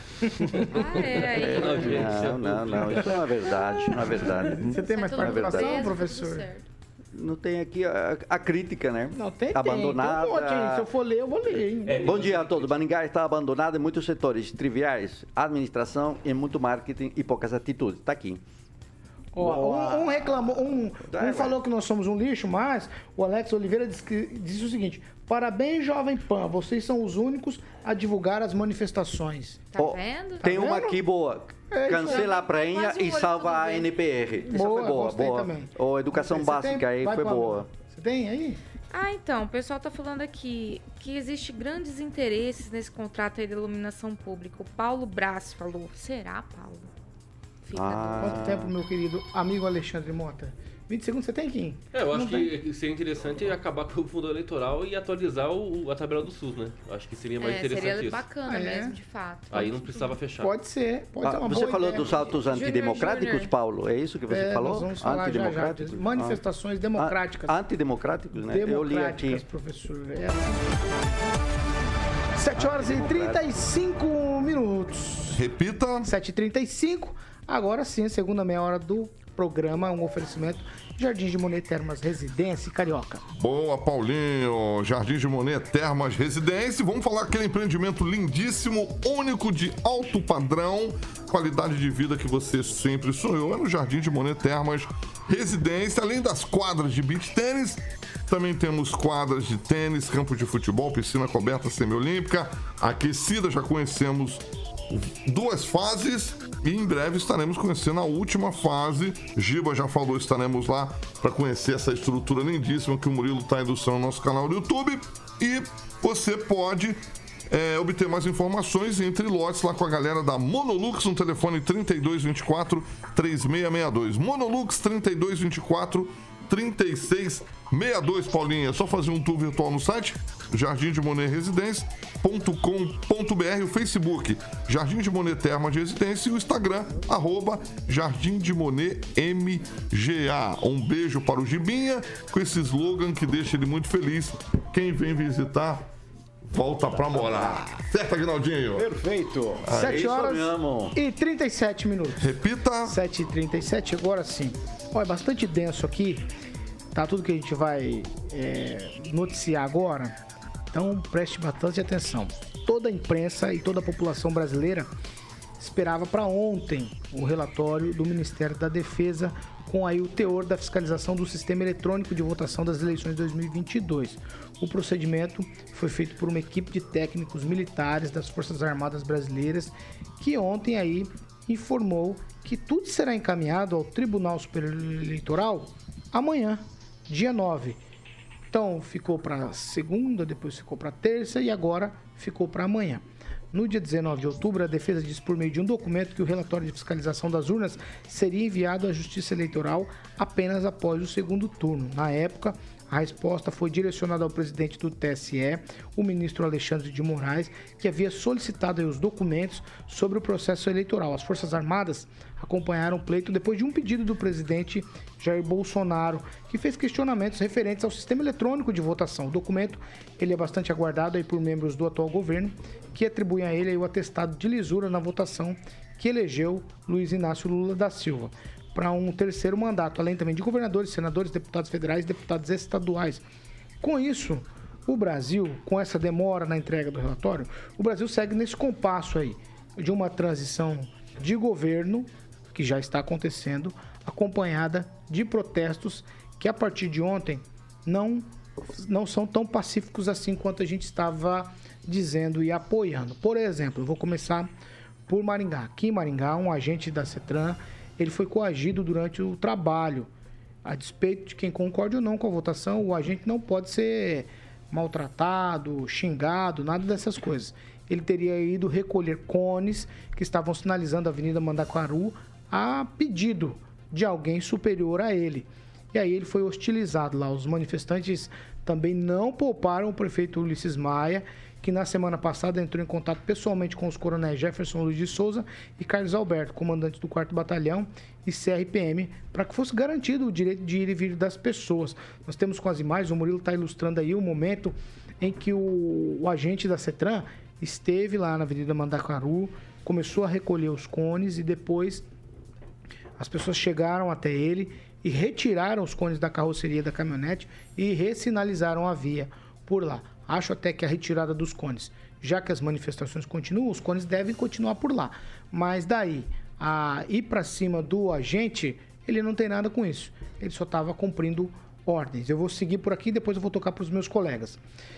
Não, isso não é verdade, não é verdade. Você tem mais participação, professor? Não tem aqui a crítica, né? Não, tem. Abandonada. Tem um monte, hein? Se eu for ler, eu vou ler, hein? Bom dia a todos. Maringá está abandonado em muitos setores triviais, administração e muito marketing e poucas atitudes. Tá aqui. Um reclamou, um falou que nós somos um lixo, mas o Alex Oliveira disse o seguinte: parabéns, Jovem Pan, vocês são os únicos a divulgar as manifestações. Tá vendo? Tem uma aqui boa. Cancela a prainha e salva a NPR. Essa foi boa. Também. Ou educação básica aí foi boa. Você tem aí? Então, o pessoal tá falando aqui que existe grandes interesses nesse contrato aí de iluminação pública. O Paulo Brás falou. Será, Paulo? Quanto tempo, meu querido amigo Alexandre Mota? 20 segundos você tem, Kim? Eu acho que seria interessante acabar com o fundo eleitoral e atualizar a tabela do SUS, né? Eu acho que seria mais interessante seria isso. Bacana mesmo, de fato. Aí não precisava fechar. Pode ser uma boa Você falou ideia. dos atos antidemocráticos, Paulo? É isso que você falou? Nós vamos falar antidemocráticos? Já. Manifestações democráticas. Antidemocráticos, né? Eu li aqui. Professor. 7 horas e 35 minutos. Repita. 7h35. Agora sim, a segunda meia hora do programa, um oferecimento Jardim de Monet Termas Residência Carioca. Boa, Paulinho. Jardim de Monet Termas Residência. Vamos falar aquele empreendimento lindíssimo, único, de alto padrão, qualidade de vida que você sempre sonhou. É no Jardim de Monet Termas Residência. Além das quadras de beach tênis, também temos quadras de tênis, campo de futebol, piscina coberta semiolímpica, aquecida. Já conhecemos 2 fases e em breve estaremos conhecendo a última fase. Giba já falou, estaremos lá para conhecer essa estrutura lindíssima que o Murilo está ilustrando no nosso canal do YouTube. E você pode obter mais informações entre lotes lá com a galera da Monolux no telefone 3224-3662. Monolux 3224-3662. 3662, Paulinha. É só fazer um tour virtual no site Jardim de Monet Residência.com.br, o Facebook Jardim de Monet Terma de Residência e o Instagram @Jardim de Monet MGA. Um beijo para o Gibinha com esse slogan que deixa ele muito feliz. Quem vem visitar volta pra morar. Certo, Aguinaldinho? Perfeito. 7 horas e 37 minutos. Repita. 7h37, agora sim. Olha, é bastante denso aqui. Tá tudo que a gente vai noticiar agora. Então preste bastante atenção. Toda a imprensa e toda a população brasileira esperava para ontem o relatório do Ministério da Defesa com aí o teor da fiscalização do sistema eletrônico de votação das eleições de 2022. O procedimento foi feito por uma equipe de técnicos militares das Forças Armadas Brasileiras que ontem aí informou que tudo será encaminhado ao Tribunal Superior Eleitoral amanhã, dia 9. Então ficou para segunda, depois ficou para terça e agora ficou para amanhã. No dia 19 de outubro, a defesa disse por meio de um documento que o relatório de fiscalização das urnas seria enviado à Justiça Eleitoral apenas após o segundo turno. Na época, a resposta foi direcionada ao presidente do TSE, o ministro Alexandre de Moraes, que havia solicitado os documentos sobre o processo eleitoral. As Forças Armadas acompanharam o pleito depois de um pedido do presidente Jair Bolsonaro, que fez questionamentos referentes ao sistema eletrônico de votação. O documento ele é bastante aguardado aí por membros do atual governo, que atribuem a ele aí o atestado de lisura na votação que elegeu Luiz Inácio Lula da Silva para um terceiro mandato, além também de governadores, senadores, deputados federais e deputados estaduais. Com isso, o Brasil, com essa demora na entrega do relatório, o Brasil segue nesse compasso aí de uma transição de governo que já está acontecendo, acompanhada de protestos que a partir de ontem não são tão pacíficos assim quanto a gente estava dizendo e apoiando. Por exemplo, eu vou começar por Maringá. Aqui em Maringá, um agente da CETRAN, ele foi coagido durante o trabalho. A despeito de quem concorde ou não com a votação, o agente não pode ser maltratado, xingado, nada dessas coisas. Ele teria ido recolher cones que estavam sinalizando a Avenida Mandacaru a pedido de alguém superior a ele. E aí ele foi hostilizado lá. Os manifestantes também não pouparam o prefeito Ulisses Maia, que na semana passada entrou em contato pessoalmente com os coronéis Jefferson Luiz de Souza e Carlos Alberto, comandantes do 4º Batalhão e CRPM, para que fosse garantido o direito de ir e vir das pessoas. Nós temos com as imagens, o Murilo está ilustrando aí o momento em que o agente da CETRAN esteve lá na Avenida Mandacaru, começou a recolher os cones e depois as pessoas chegaram até ele e retiraram os cones da carroceria da caminhonete e ressinalizaram a via por lá. Acho até que a retirada dos cones, já que as manifestações continuam, os cones devem continuar por lá. Mas daí a ir para cima do agente, ele não tem nada com isso. Ele só estava cumprindo ordens. Eu vou seguir por aqui, depois eu vou tocar para os meus colegas.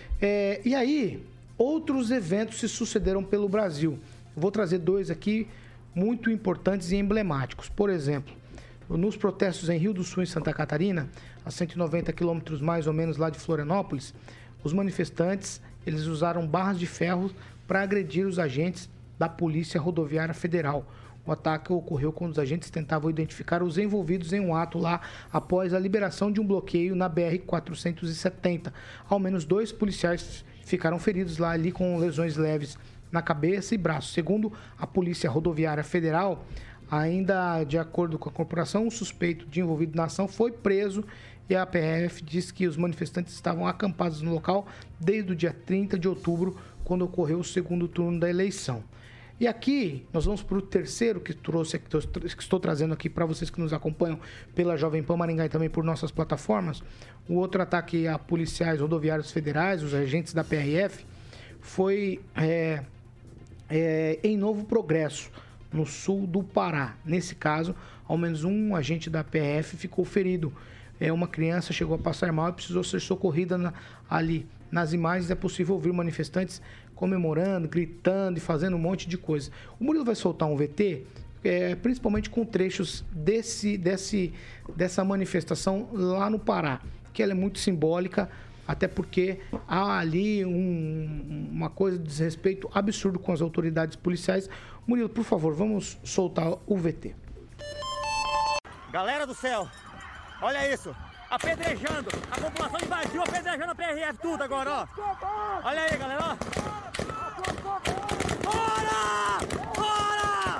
E aí, outros eventos se sucederam pelo Brasil. Eu vou trazer dois aqui muito importantes e emblemáticos. Por exemplo, nos protestos em Rio do Sul e Santa Catarina, a 190 quilômetros mais ou menos lá de Florianópolis, os manifestantes eles usaram barras de ferro para agredir os agentes da Polícia Rodoviária Federal. O ataque ocorreu quando os agentes tentavam identificar os envolvidos em um ato lá após a liberação de um bloqueio na BR-470. Ao menos 2 policiais ficaram feridos lá ali com lesões leves na cabeça e braço. Segundo a Polícia Rodoviária Federal, ainda de acordo com a corporação, o suspeito de envolvido na ação foi preso e a PF diz que os manifestantes estavam acampados no local desde o dia 30 de outubro, quando ocorreu o segundo turno da eleição. E aqui, nós vamos para o terceiro que estou trazendo aqui para vocês que nos acompanham pela Jovem Pan Maringá e também por nossas plataformas. O outro ataque a policiais rodoviários federais, os agentes da PRF, foi em Novo Progresso, no sul do Pará. Nesse caso, ao menos um agente da PRF ficou ferido. Uma criança chegou a passar mal e precisou ser socorrida ali. Nas imagens é possível ouvir manifestantes comemorando, gritando e fazendo um monte de coisa. O Murilo vai soltar um VT, principalmente com trechos dessa manifestação lá no Pará, que ela é muito simbólica, até porque há ali uma coisa de desrespeito absurdo com as autoridades policiais. Murilo, por favor, vamos soltar o VT. Galera do céu, olha isso! apedrejando. A população invadiu, apedrejando a PRF tudo agora, ó. Olha aí, galera, ó. Bora! Bora!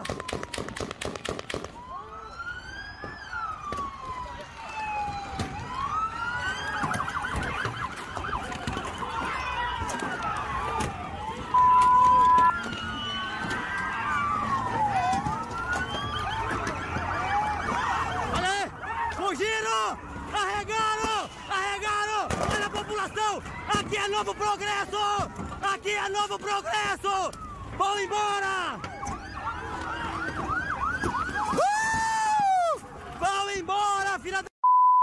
Olha aí! Fugiram! Arregaram! Arregaram! Olha a população! Aqui é Novo Progresso! Aqui é Novo Progresso! Vão embora! Vão embora, filha da...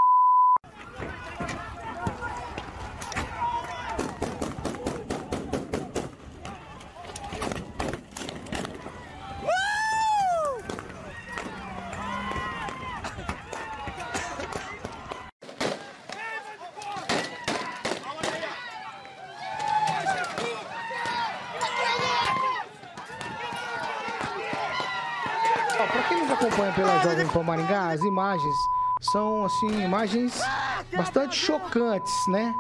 Para quem nos acompanha pela Jovem Pan Maringá, as imagens são, assim, imagens bastante chocantes, né?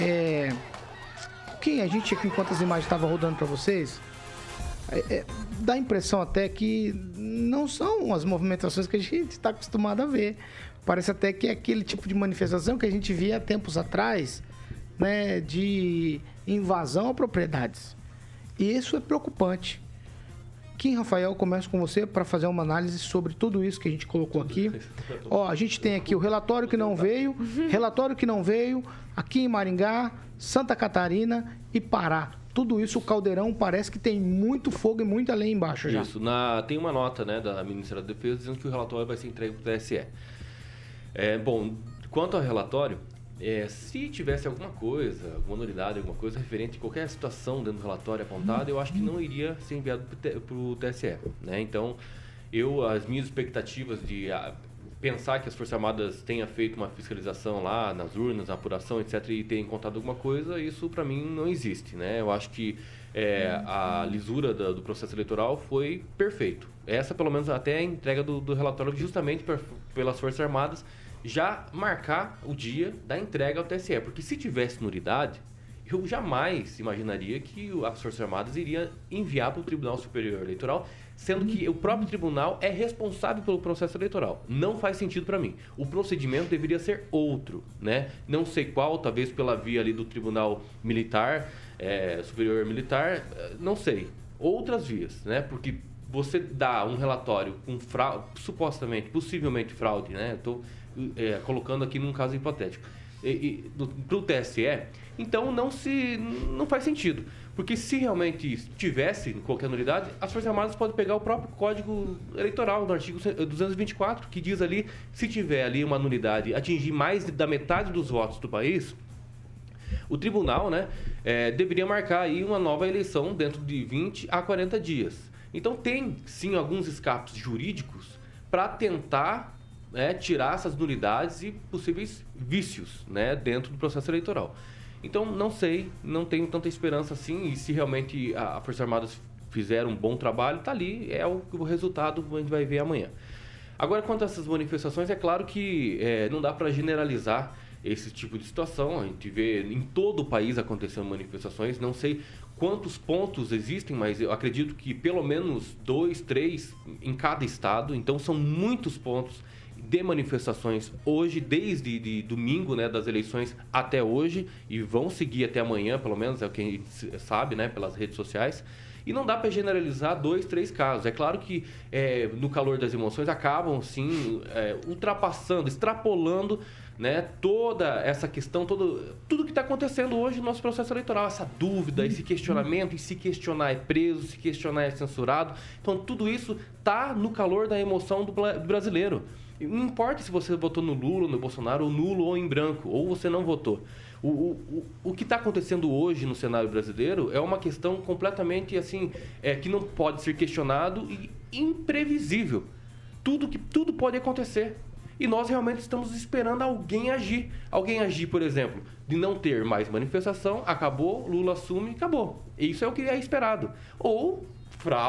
Quem a gente aqui, enquanto as imagens estavam rodando para vocês, dá a impressão até que não são as movimentações que a gente está acostumado a ver. Parece até que é aquele tipo de manifestação que a gente via há tempos atrás, né? De invasão a propriedades. E isso é preocupante. Kim, Rafael, começo com você para fazer uma análise sobre tudo isso que a gente colocou aqui. Ó, a gente tem aqui o relatório que não veio aqui em Maringá, Santa Catarina e Pará. Tudo isso, o caldeirão parece que tem muito fogo e muita lenha embaixo já. Isso, tem uma nota, né, da Ministério da Defesa dizendo que o relatório vai ser entregue para o TSE. Bom, quanto ao relatório, se tivesse alguma coisa, alguma novidade, alguma coisa referente a qualquer situação dentro do relatório apontado, eu acho que não iria ser enviado para o TSE, né? Então, as minhas expectativas de pensar que as Forças Armadas tenham feito uma fiscalização lá nas urnas, na apuração, etc., e tenham encontrado alguma coisa, isso para mim não existe, né? Eu acho que a lisura do processo eleitoral foi perfeito. Essa, pelo menos, até a entrega do relatório justamente pelas Forças Armadas, já marcar o dia da entrega ao TSE. Porque se tivesse nulidade, eu jamais imaginaria que as Forças Armadas iriam enviar para o Tribunal Superior Eleitoral, sendo que o próprio tribunal é responsável pelo processo eleitoral. Não faz sentido para mim. O procedimento deveria ser outro, né? Não sei qual, talvez pela via ali do Tribunal Militar, Superior Militar, não sei. Outras vias, né? Porque você dá um relatório com supostamente, possivelmente fraude, né? Estou colocando aqui num caso hipotético, para o TSE, então não faz sentido. Porque se realmente tivesse qualquer nulidade, as Forças Armadas podem pegar o próprio Código Eleitoral, no artigo 224, que diz ali, se tiver ali uma nulidade, atingir mais da metade dos votos do país, o tribunal, né, deveria marcar aí uma nova eleição dentro de 20 a 40 dias. Então tem, sim, alguns escapes jurídicos para tentar tirar essas nulidades e possíveis vícios, né, dentro do processo eleitoral. Então, não sei, não tenho tanta esperança assim, e se realmente a Forças Armadas fizeram um bom trabalho, tá ali, o resultado a gente vai ver amanhã. Agora, quanto a essas manifestações, é claro que não dá para generalizar esse tipo de situação. A gente vê em todo o país acontecendo manifestações, não sei quantos pontos existem, mas eu acredito que pelo menos 2, 3 em cada estado, então são muitos pontos de manifestações hoje, desde domingo, né, das eleições até hoje, e vão seguir até amanhã, pelo menos é o que a gente sabe, né, pelas redes sociais. E não dá para generalizar 2, 3 casos. É claro que no calor das emoções acabam, sim, ultrapassando, extrapolando, né, toda essa questão, tudo que está acontecendo hoje no nosso processo eleitoral. Essa dúvida, esse questionamento, e se questionar é preso, se questionar é censurado. Então, tudo isso está no calor da emoção do brasileiro. Não importa se você votou no Lula, no Bolsonaro, ou nulo ou em branco, ou você não votou. O que está acontecendo hoje no cenário brasileiro é uma questão completamente assim, que não pode ser questionado e imprevisível. Tudo pode acontecer. E nós realmente estamos esperando alguém agir. Alguém agir, por exemplo, de não ter mais manifestação, acabou, Lula assume, acabou. Isso é o que é esperado. Ou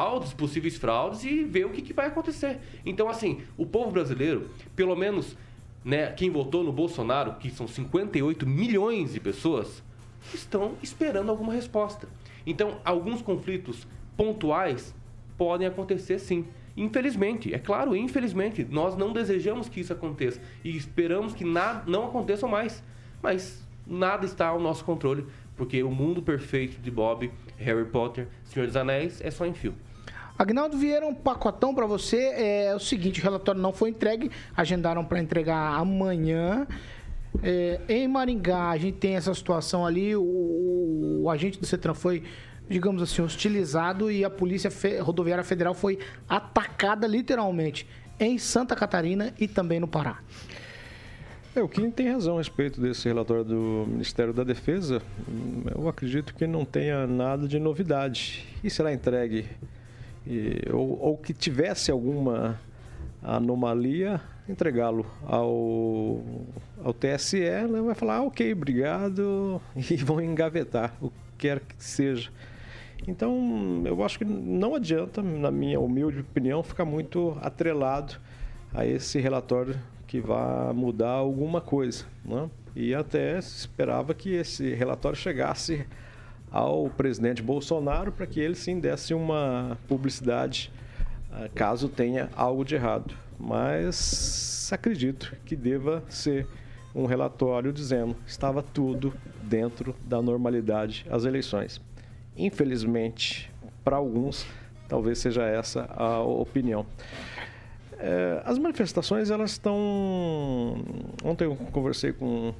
possíveis fraudes, e ver o que vai acontecer. Então, assim, o povo brasileiro, pelo menos né, quem votou no Bolsonaro, que são 58 milhões de pessoas, estão esperando alguma resposta. Então, alguns conflitos pontuais podem acontecer sim. Infelizmente, é claro, infelizmente, nós não desejamos que isso aconteça e esperamos que não aconteça mais. Mas nada está ao nosso controle, porque o mundo perfeito de Bob, Harry Potter, Senhor dos Anéis é só em filme. Agnaldo Vieira, um pacotão para você. É o seguinte, o relatório não foi entregue, agendaram para entregar amanhã. Em Maringá, a gente tem essa situação ali, o agente do CETRAN foi, digamos assim, hostilizado e a Polícia Rodoviária Federal foi atacada literalmente em Santa Catarina e também no Pará. O Kim tem razão a respeito desse relatório do Ministério da Defesa. Eu acredito que não tenha nada de novidade. E será entregue, ou que tivesse alguma anomalia, entregá-lo ao TSE, né? Vai falar, ok, obrigado, e vão engavetar, o que quer que seja. Então, eu acho que não adianta, na minha humilde opinião, ficar muito atrelado a esse relatório que vai mudar alguma coisa, né? E até se esperava que esse relatório chegasse ao presidente Bolsonaro para que ele sim desse uma publicidade caso tenha algo de errado. Mas acredito que deva ser um relatório dizendo que estava tudo dentro da normalidade as eleições. Infelizmente, para alguns, talvez seja essa a opinião. As manifestações, elas estão... Ontem eu conversei com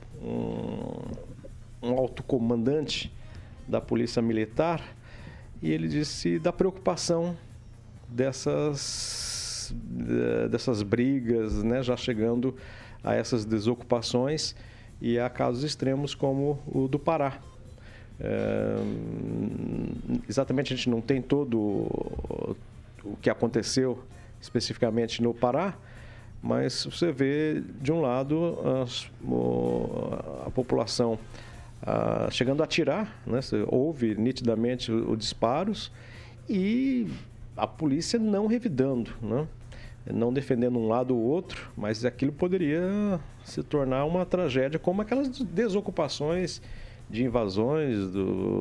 um alto comandante da Polícia Militar e ele disse da preocupação dessas brigas, né, já chegando a essas desocupações e a casos extremos como o do Pará. Exatamente, a gente não tem todo o que aconteceu especificamente no Pará, mas você vê, de um lado, a população chegando a atirar, né? Você ouve nitidamente os disparos e a polícia não revidando, né? Não defendendo um lado ou outro, mas aquilo poderia se tornar uma tragédia, como aquelas desocupações de invasões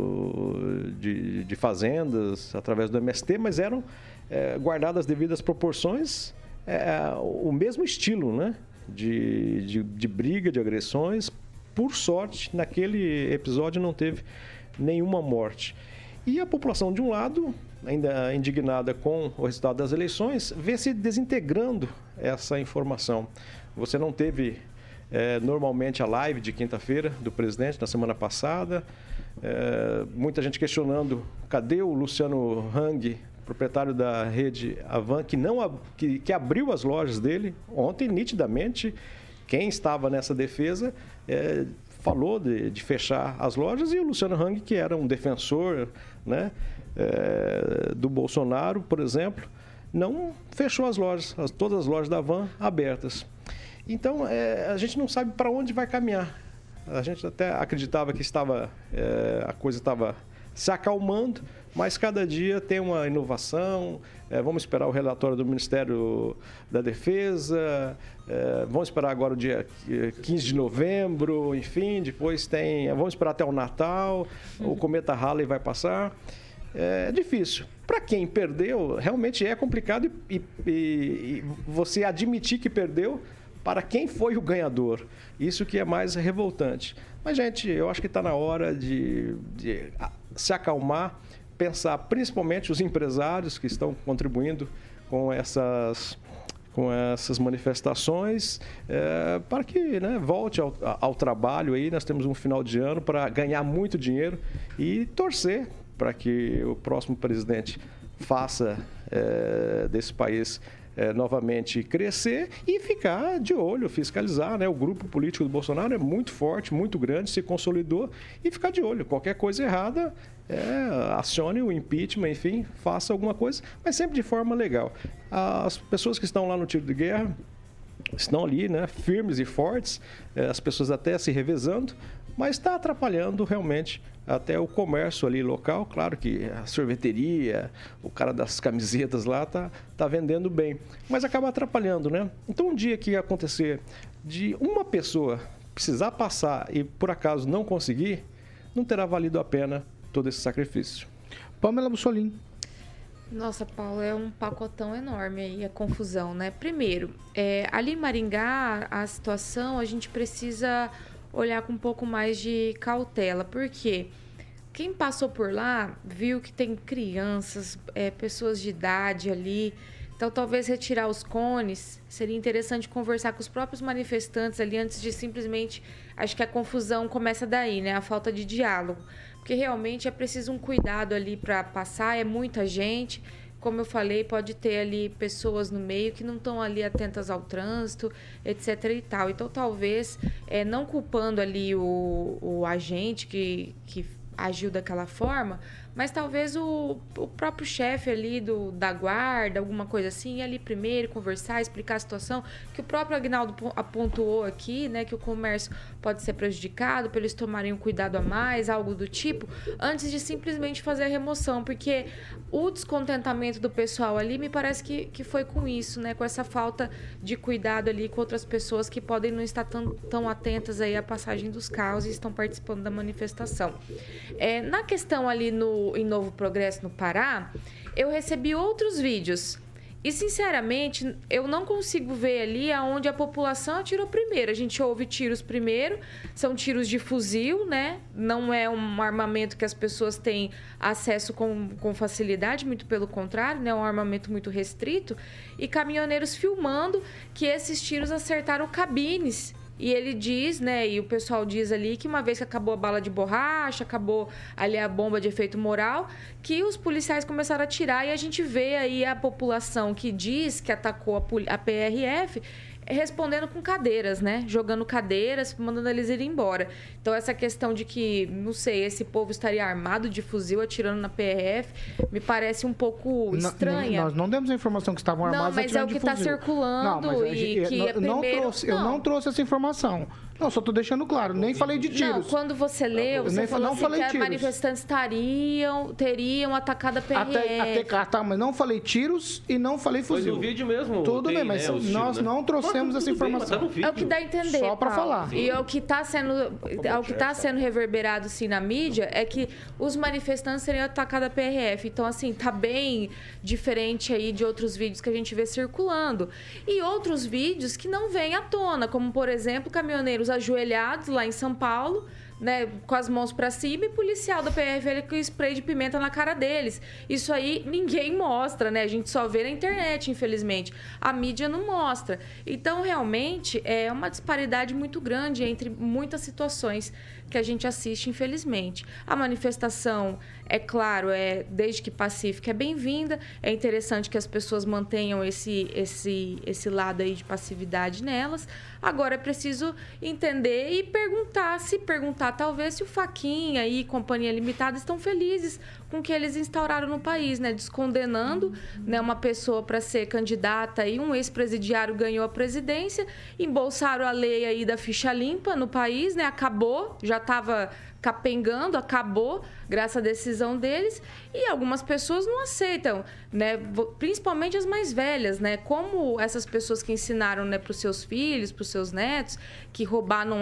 de fazendas através do MST, mas eram guardadas as devidas proporções, o mesmo estilo, né? de briga, de agressões. Por sorte, naquele episódio não teve nenhuma morte. E a população, de um lado, ainda indignada com o resultado das eleições, vê se desintegrando essa informação. Você não teve normalmente a live de quinta-feira do presidente na semana passada, muita gente questionando cadê o Luciano Hang, proprietário da rede Avan, que abriu as lojas dele ontem, nitidamente. Quem estava nessa defesa falou de fechar as lojas, e o Luciano Hang, que era um defensor, né, do Bolsonaro, por exemplo, não fechou as lojas, todas as lojas da Avan abertas. Então, a gente não sabe para onde vai caminhar. A gente até acreditava que a coisa estava se acalmando, mas cada dia tem uma inovação. Vamos esperar o relatório do Ministério da Defesa, vamos esperar agora o dia 15 de novembro, enfim, depois vamos esperar até o Natal, o cometa Halley vai passar. É difícil. Para quem perdeu, realmente é complicado e você admitir que perdeu para quem foi o ganhador. Isso que é mais revoltante. Mas, gente, eu acho que está na hora de se acalmar, pensar principalmente os empresários que estão contribuindo com essas manifestações, para que, né, volte ao trabalho. Aí nós temos um final de ano para ganhar muito dinheiro e torcer para que o próximo presidente faça desse país novamente crescer e ficar de olho, fiscalizar, né? O grupo político do Bolsonaro é muito forte, muito grande, se consolidou, e ficar de olho. Qualquer coisa errada, acione o impeachment, enfim, faça alguma coisa, mas sempre de forma legal. As pessoas que estão lá no tiro de guerra estão ali, né, firmes e fortes, as pessoas até se revezando, mas está atrapalhando realmente até o comércio ali local. Claro que a sorveteria, o cara das camisetas lá tá vendendo bem, mas acaba atrapalhando, né? Então, um dia que acontecer de uma pessoa precisar passar e por acaso não conseguir, não terá valido a pena todo esse sacrifício. Pamela Bussolini. Nossa, Paulo, é um pacotão enorme aí, a confusão, né? Primeiro, ali em Maringá, a situação, a gente precisa olhar com um pouco mais de cautela, porque quem passou por lá viu que tem crianças, pessoas de idade ali, então talvez retirar os cones, seria interessante conversar com os próprios manifestantes ali antes de simplesmente, acho que a confusão começa daí, né? A falta de diálogo. Porque realmente é preciso um cuidado ali para passar, é muita gente. Como eu falei, pode ter ali pessoas no meio que não estão ali atentas ao trânsito, etc. e tal. Então, talvez, não culpando ali o agente que agiu daquela forma, mas talvez o próprio chefe ali da guarda, alguma coisa assim, ir ali primeiro, conversar, explicar a situação, que o próprio Agnaldo apontou aqui, né, que o comércio pode ser prejudicado, para eles tomarem um cuidado a mais, algo do tipo, antes de simplesmente fazer a remoção, porque o descontentamento do pessoal ali me parece que foi com isso, né, com essa falta de cuidado ali com outras pessoas que podem não estar tão atentas aí à passagem dos carros e estão participando da manifestação. Na questão ali em Novo Progresso, no Pará, eu recebi outros vídeos. E, sinceramente, eu não consigo ver ali aonde a população atirou primeiro. A gente ouve tiros primeiro, são tiros de fuzil, né? Não é um armamento que as pessoas têm acesso com facilidade, muito pelo contrário, né? É um armamento muito restrito. E caminhoneiros filmando que esses tiros acertaram cabines. E ele diz, né, e o pessoal diz ali que uma vez que acabou a bala de borracha, acabou ali a bomba de efeito moral, que os policiais começaram a atirar e a gente vê aí a população que diz que atacou a PRF respondendo com cadeiras, né? Jogando cadeiras, mandando eles irem embora. Então, essa questão de que, não sei, esse povo estaria armado de fuzil atirando na PRF, me parece um pouco estranha. Nós não demos a informação que estavam armados atirando de fuzil. Não, mas é o que está circulando não trouxe essa informação. Não, só estou deixando claro, nem falei de tiros. Não, quando você leu, você falou assim que os manifestantes teriam atacado a PRF. Mas não falei tiros e não falei fuzil. Foi no vídeo mesmo. Tudo bem, mas nós não trouxemos essa informação. É o que dá a entender, só para falar. E o que está sendo reverberado assim na mídia é que os manifestantes teriam atacado a PRF. Então, assim, tá bem diferente aí de outros vídeos que a gente vê circulando. E outros vídeos que não vêm à tona, como, por exemplo, caminhoneiros ajoelhados lá em São Paulo, né, com as mãos para cima, e policial da PRF com spray de pimenta na cara deles. Isso aí ninguém mostra, né? A gente só vê na internet, infelizmente. A mídia não mostra. Então, realmente, é uma disparidade muito grande entre muitas situações que a gente assiste, infelizmente. A manifestação, é claro, desde que pacífica, é bem-vinda. É interessante que as pessoas mantenham esse lado aí de passividade nelas. Agora é preciso entender e perguntar talvez se o Fachin e Companhia Limitada estão felizes com o que eles instauraram no país, né? Descondenando, né, uma pessoa para ser candidata e um ex-presidiário ganhou a presidência, embolsaram a lei aí da ficha limpa no país, né? Acabou, já estava capengando, acabou, graças à decisão deles, e algumas pessoas não aceitam, né? Principalmente as mais velhas, né? Como essas pessoas que ensinaram, né, para os seus filhos, para os seus netos, que roubar não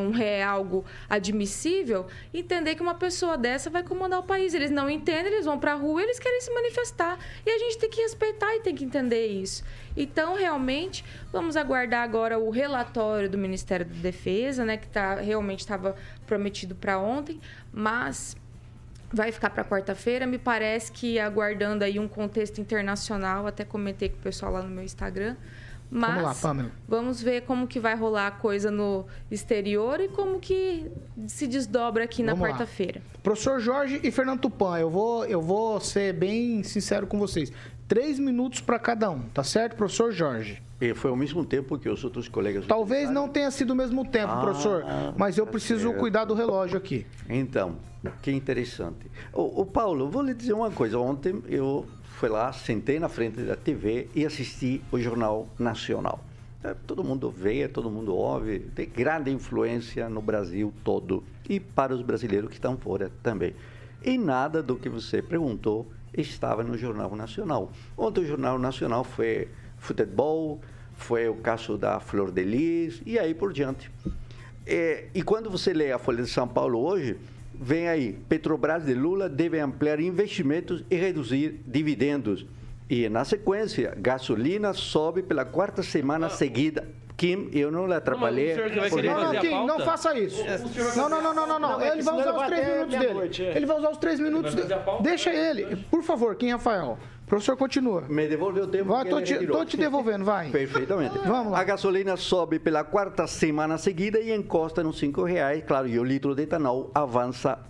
é algo admissível, entender que uma pessoa dessa vai comandar o país. Eles não entendem, eles vão para a rua e eles querem se manifestar. E a gente tem que respeitar e tem que entender isso. Então, realmente, vamos aguardar agora o relatório do Ministério da Defesa, né, que realmente estava prometido para ontem, mas vai ficar para quarta-feira. Me parece que aguardando aí um contexto internacional, até comentei com o pessoal lá no meu Instagram. Mas vamos lá, Pamela. Vamos ver como que vai rolar a coisa no exterior e como que se desdobra aqui na quarta-feira. Professor Jorge e Fernando Tupan, eu vou ser bem sincero com vocês. 3 minutos para cada um, tá certo, professor Jorge? E foi ao mesmo tempo que os outros colegas... Talvez não tenha sido o mesmo tempo, professor, mas eu preciso cuidar do relógio aqui. Então, que interessante. Ô Paulo, eu vou lhe dizer uma coisa. Ontem eu fui lá, sentei na frente da TV e assisti o Jornal Nacional. Todo mundo vê, todo mundo ouve, tem grande influência no Brasil todo e para os brasileiros que estão fora também. E nada do que você perguntou estava no Jornal Nacional. Ontem o Jornal Nacional foi futebol, foi o caso da Flor de Lis e aí por diante. E quando você lê a Folha de São Paulo hoje, vem aí, Petrobras de Lula deve ampliar investimentos e reduzir dividendos. E na sequência, gasolina sobe pela 4ª semana seguida. Kim, eu não lhe atrapalhei. Não, Kim, não faça isso. Não. Ele vai usar os 3 minutos dele. Ele vai usar os 3 minutos dele. Deixa ele. Por favor, Kim Rafael. O professor continua. Me devolve o tempo que ele retirou. Tô te devolvendo, vai. Perfeitamente. Vamos lá. A gasolina sobe pela 4ª semana seguida e encosta nos R$5. Claro, e o litro de etanol avança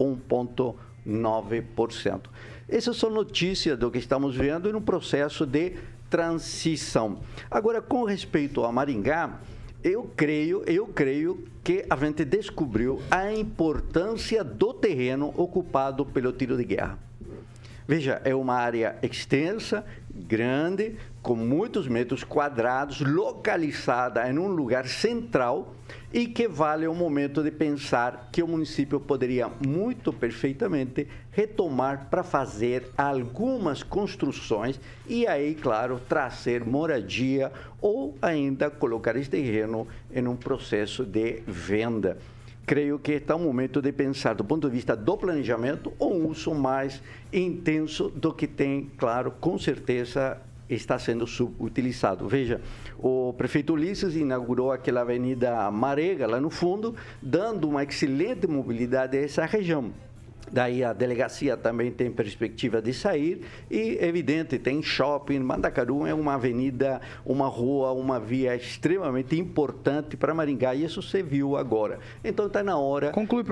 1,9%. Essas são notícias do que estamos vendo no processo de transição. Agora, com respeito a Maringá, eu creio que a gente descobriu a importância do terreno ocupado pelo tiro de guerra. Veja, é uma área extensa, grande, com muitos metros quadrados, localizada em um lugar central e que vale o momento de pensar que o município poderia muito perfeitamente retomar para fazer algumas construções e aí, claro, trazer moradia ou ainda colocar esse terreno em um processo de venda. Creio que está o momento de pensar, do ponto de vista do planejamento, um uso mais intenso do que tem, claro, com certeza está sendo subutilizado. Veja, o prefeito Ulisses inaugurou aquela avenida Marega, lá no fundo, dando uma excelente mobilidade a essa região. Daí a delegacia também tem perspectiva de sair e, evidente, tem shopping. Mandacaru é uma avenida, uma rua, uma via extremamente importante para Maringá e isso se viu agora. Então está na hora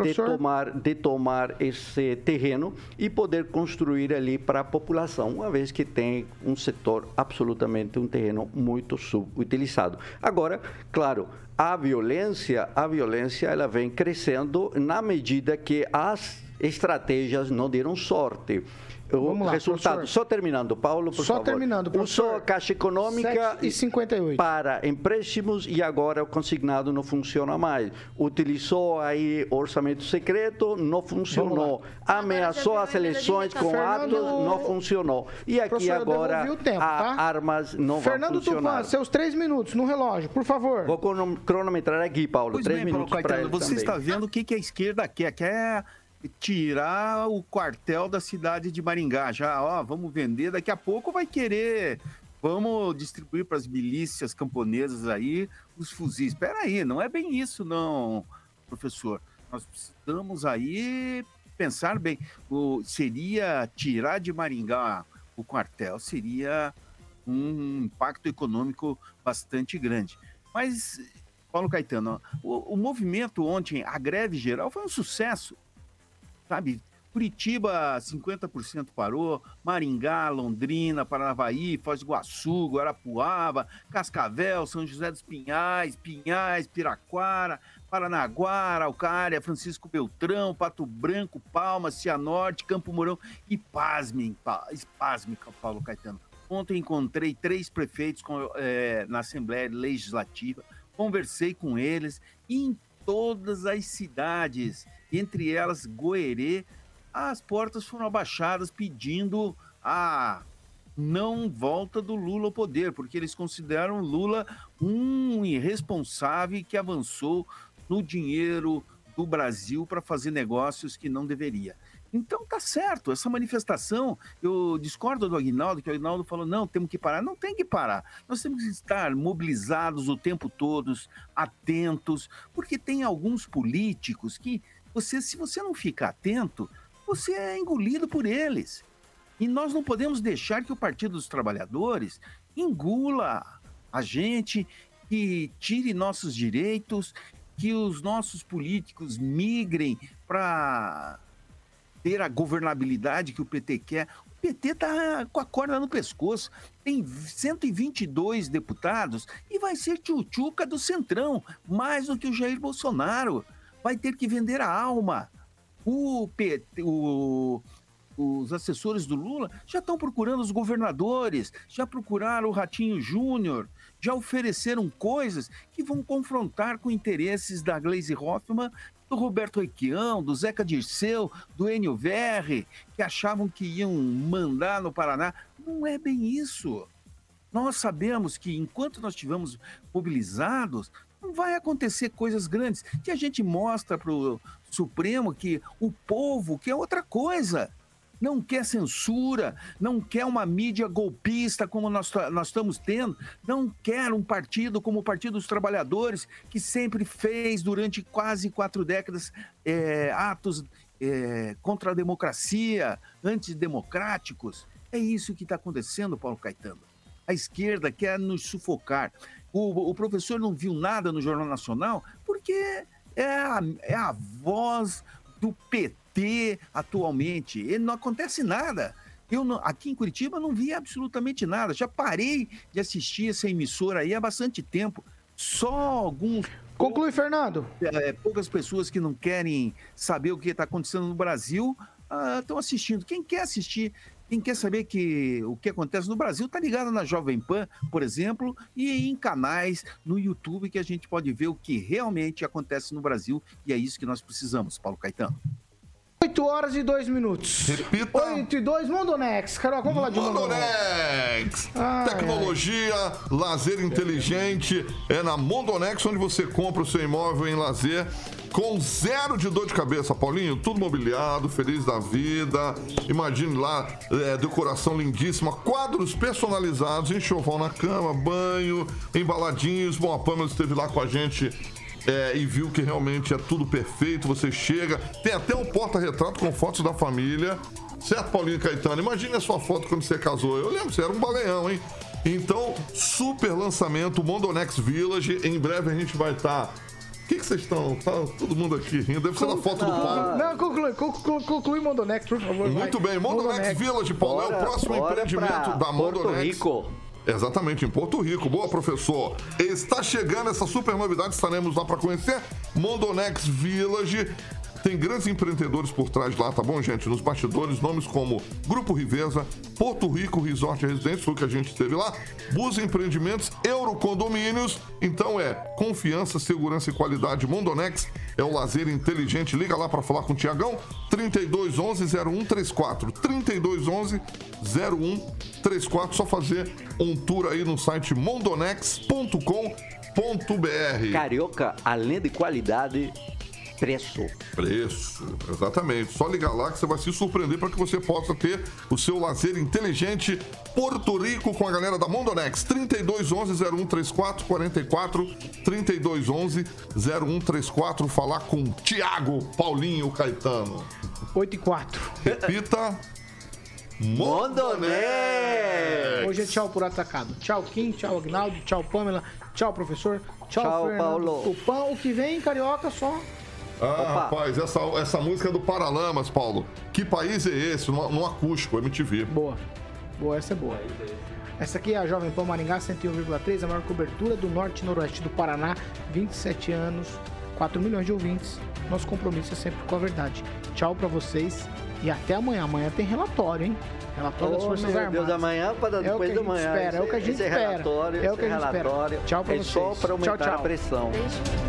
de tomar esse terreno e poder construir ali para a população, uma vez que tem um setor absolutamente, um terreno muito subutilizado. Agora, claro, a violência ela vem crescendo na medida que as estratégias não deram sorte. O resultado, professor. Só terminando, Paulo, por favor. Usou a Caixa Econômica 7,58 para empréstimos e agora o consignado não funciona mais. Utilizou aí orçamento secreto, não funcionou. Ameaçou as eleições com atos, não funcionou. E aqui professor, agora armas não vão funcionar. Fernando Tupan, seus 3 minutos no relógio, por favor. Vou cronometrar aqui, Paulo. 3 minutos para ele você também. Está vendo o que a esquerda quer? Quer tirar o quartel da cidade de Maringá. Já, vamos vender, daqui a pouco vai querer, vamos distribuir para as milícias camponesas aí os fuzis. Espera aí, não é bem isso não, professor. Nós precisamos aí pensar bem. Seria tirar de Maringá o quartel, seria um impacto econômico bastante grande. Mas, Paulo Caetano, o movimento ontem, a greve geral, foi um sucesso. Sabe, Curitiba, 50% parou, Maringá, Londrina, Paranavaí, Foz do Iguaçu, Guarapuava, Cascavel, São José dos Pinhais, Piraquara, Paranaguá, Araucária, Francisco Beltrão, Pato Branco, Palmas, Cianorte, Campo Mourão e pasmem, Paulo Caetano. Ontem encontrei 3 prefeitos na Assembleia Legislativa, conversei com eles e em todas as cidades, entre elas Goerê, as portas foram abaixadas pedindo a não volta do Lula ao poder, porque eles consideram Lula um irresponsável que avançou no dinheiro do Brasil para fazer negócios que não deveria. Então tá certo, essa manifestação, eu discordo do Aguinaldo, que o Aguinaldo falou, não, temos que parar. Não tem que parar, nós temos que estar mobilizados o tempo todo, atentos, porque tem alguns políticos que, se você não ficar atento, você é engolido por eles. E nós não podemos deixar que o Partido dos Trabalhadores engula a gente, que tire nossos direitos, que os nossos políticos migrem para ter a governabilidade que o PT quer. O PT está com a corda no pescoço, tem 122 deputados e vai ser tchutchuca do Centrão, mais do que o Jair Bolsonaro. Vai ter que vender a alma. Os assessores do Lula já estão procurando os governadores, já procuraram o Ratinho Júnior, já ofereceram coisas que vão confrontar com interesses da Gleisi Hoffmann, do Roberto Requião, do Zeca Dirceu, do Enio Verri, que achavam que iam mandar no Paraná. Não é bem isso. Nós sabemos que enquanto nós estivermos mobilizados, não vai acontecer coisas grandes. Que a gente mostra para o Supremo que o povo quer outra coisa. Não quer censura, não quer uma mídia golpista como nós estamos tendo, não quer um partido como o Partido dos Trabalhadores, que sempre fez durante quase 4 décadas atos contra a democracia, antidemocráticos. É isso que está acontecendo, Paulo Caetano. A esquerda quer nos sufocar. O professor não viu nada no Jornal Nacional porque é a voz do PT atualmente. E não acontece nada. Aqui em Curitiba não vi absolutamente nada. Já parei de assistir essa emissora aí há bastante tempo. Só alguns... Conclui, Fernando. Poucas pessoas que não querem saber o que está acontecendo no Brasil estão assistindo. Quem quer assistir, quem quer saber o que acontece no Brasil, está ligado na Jovem Pan, por exemplo, e em canais no YouTube que a gente pode ver o que realmente acontece no Brasil. E é isso que nós precisamos, Paulo Caetano. 8h02. Repita. 8h02, Mondonex. Carol, vamos falar de Mondonex. Tecnologia, lazer inteligente. É na Mondonex onde você compra o seu imóvel em lazer com 0 de dor de cabeça, Paulinho. Tudo mobiliado, feliz da vida. Imagine lá, decoração lindíssima, quadros personalizados, enxoval na cama, banho, embaladinhos. Bom, a Pamela esteve lá com a gente e viu que realmente é tudo perfeito. Você chega, tem até um porta-retrato com fotos da família. Certo, Paulinho Caetano? Imagine a sua foto quando você casou. Eu lembro, você era um baleão, hein? Então, super lançamento, Mondonex Village. Em breve a gente vai estar... O que vocês estão? Tá todo mundo aqui rindo. Deve ser da foto do Paulo. Não, conclui Mondonex, por favor. Muito bem, Mondonex Village, Paulo. É o próximo empreendimento da Mondonex. Porto Rico. Exatamente, em Porto Rico. Boa, professor. Está chegando essa super novidade, estaremos lá para conhecer. Mondonex Village. Tem grandes empreendedores por trás lá, tá bom, gente? Nos bastidores, nomes como Grupo Riveza, Porto Rico Resort e Residência, foi o que a gente teve lá. Bus Empreendimentos, Eurocondomínios. Então confiança, segurança e qualidade. Mondonex é o lazer inteligente. Liga lá para falar com o Tiagão. 3211-0134. 3211-0134. Só fazer um tour aí no site mondonex.com.br. Carioca, além de qualidade... Preço, exatamente. Só ligar lá que você vai se surpreender para que você possa ter o seu lazer inteligente. Porto Rico com a galera da Mondonex. 3211-0134, 44 3211-0134. Falar com Tiago Paulinho Caetano. 8h04. Repita. Mondonex. Hoje é tchau por atacado. Tchau, Kim. Tchau, Agnaldo. Tchau, Pamela. Tchau, professor. Tchau, Fernando. Paulo. O que vem, Carioca, só... rapaz, essa música é do Paralamas, Paulo. Que país é esse? No acústico, MTV. Boa, essa é boa. Essa aqui é a Jovem Pan Maringá 101,3, a maior cobertura do norte e noroeste do Paraná. 27 anos, 4 milhões de ouvintes. Nosso compromisso é sempre com a verdade. Tchau pra vocês e até amanhã. Amanhã tem relatório, hein? Relatório das Forças Armadas. Deus, amanhã para depois da manhã. É o que a gente espera. É o que a gente espera. Tchau pra vocês. Só para aumentar tchau. a pressão. Beijo.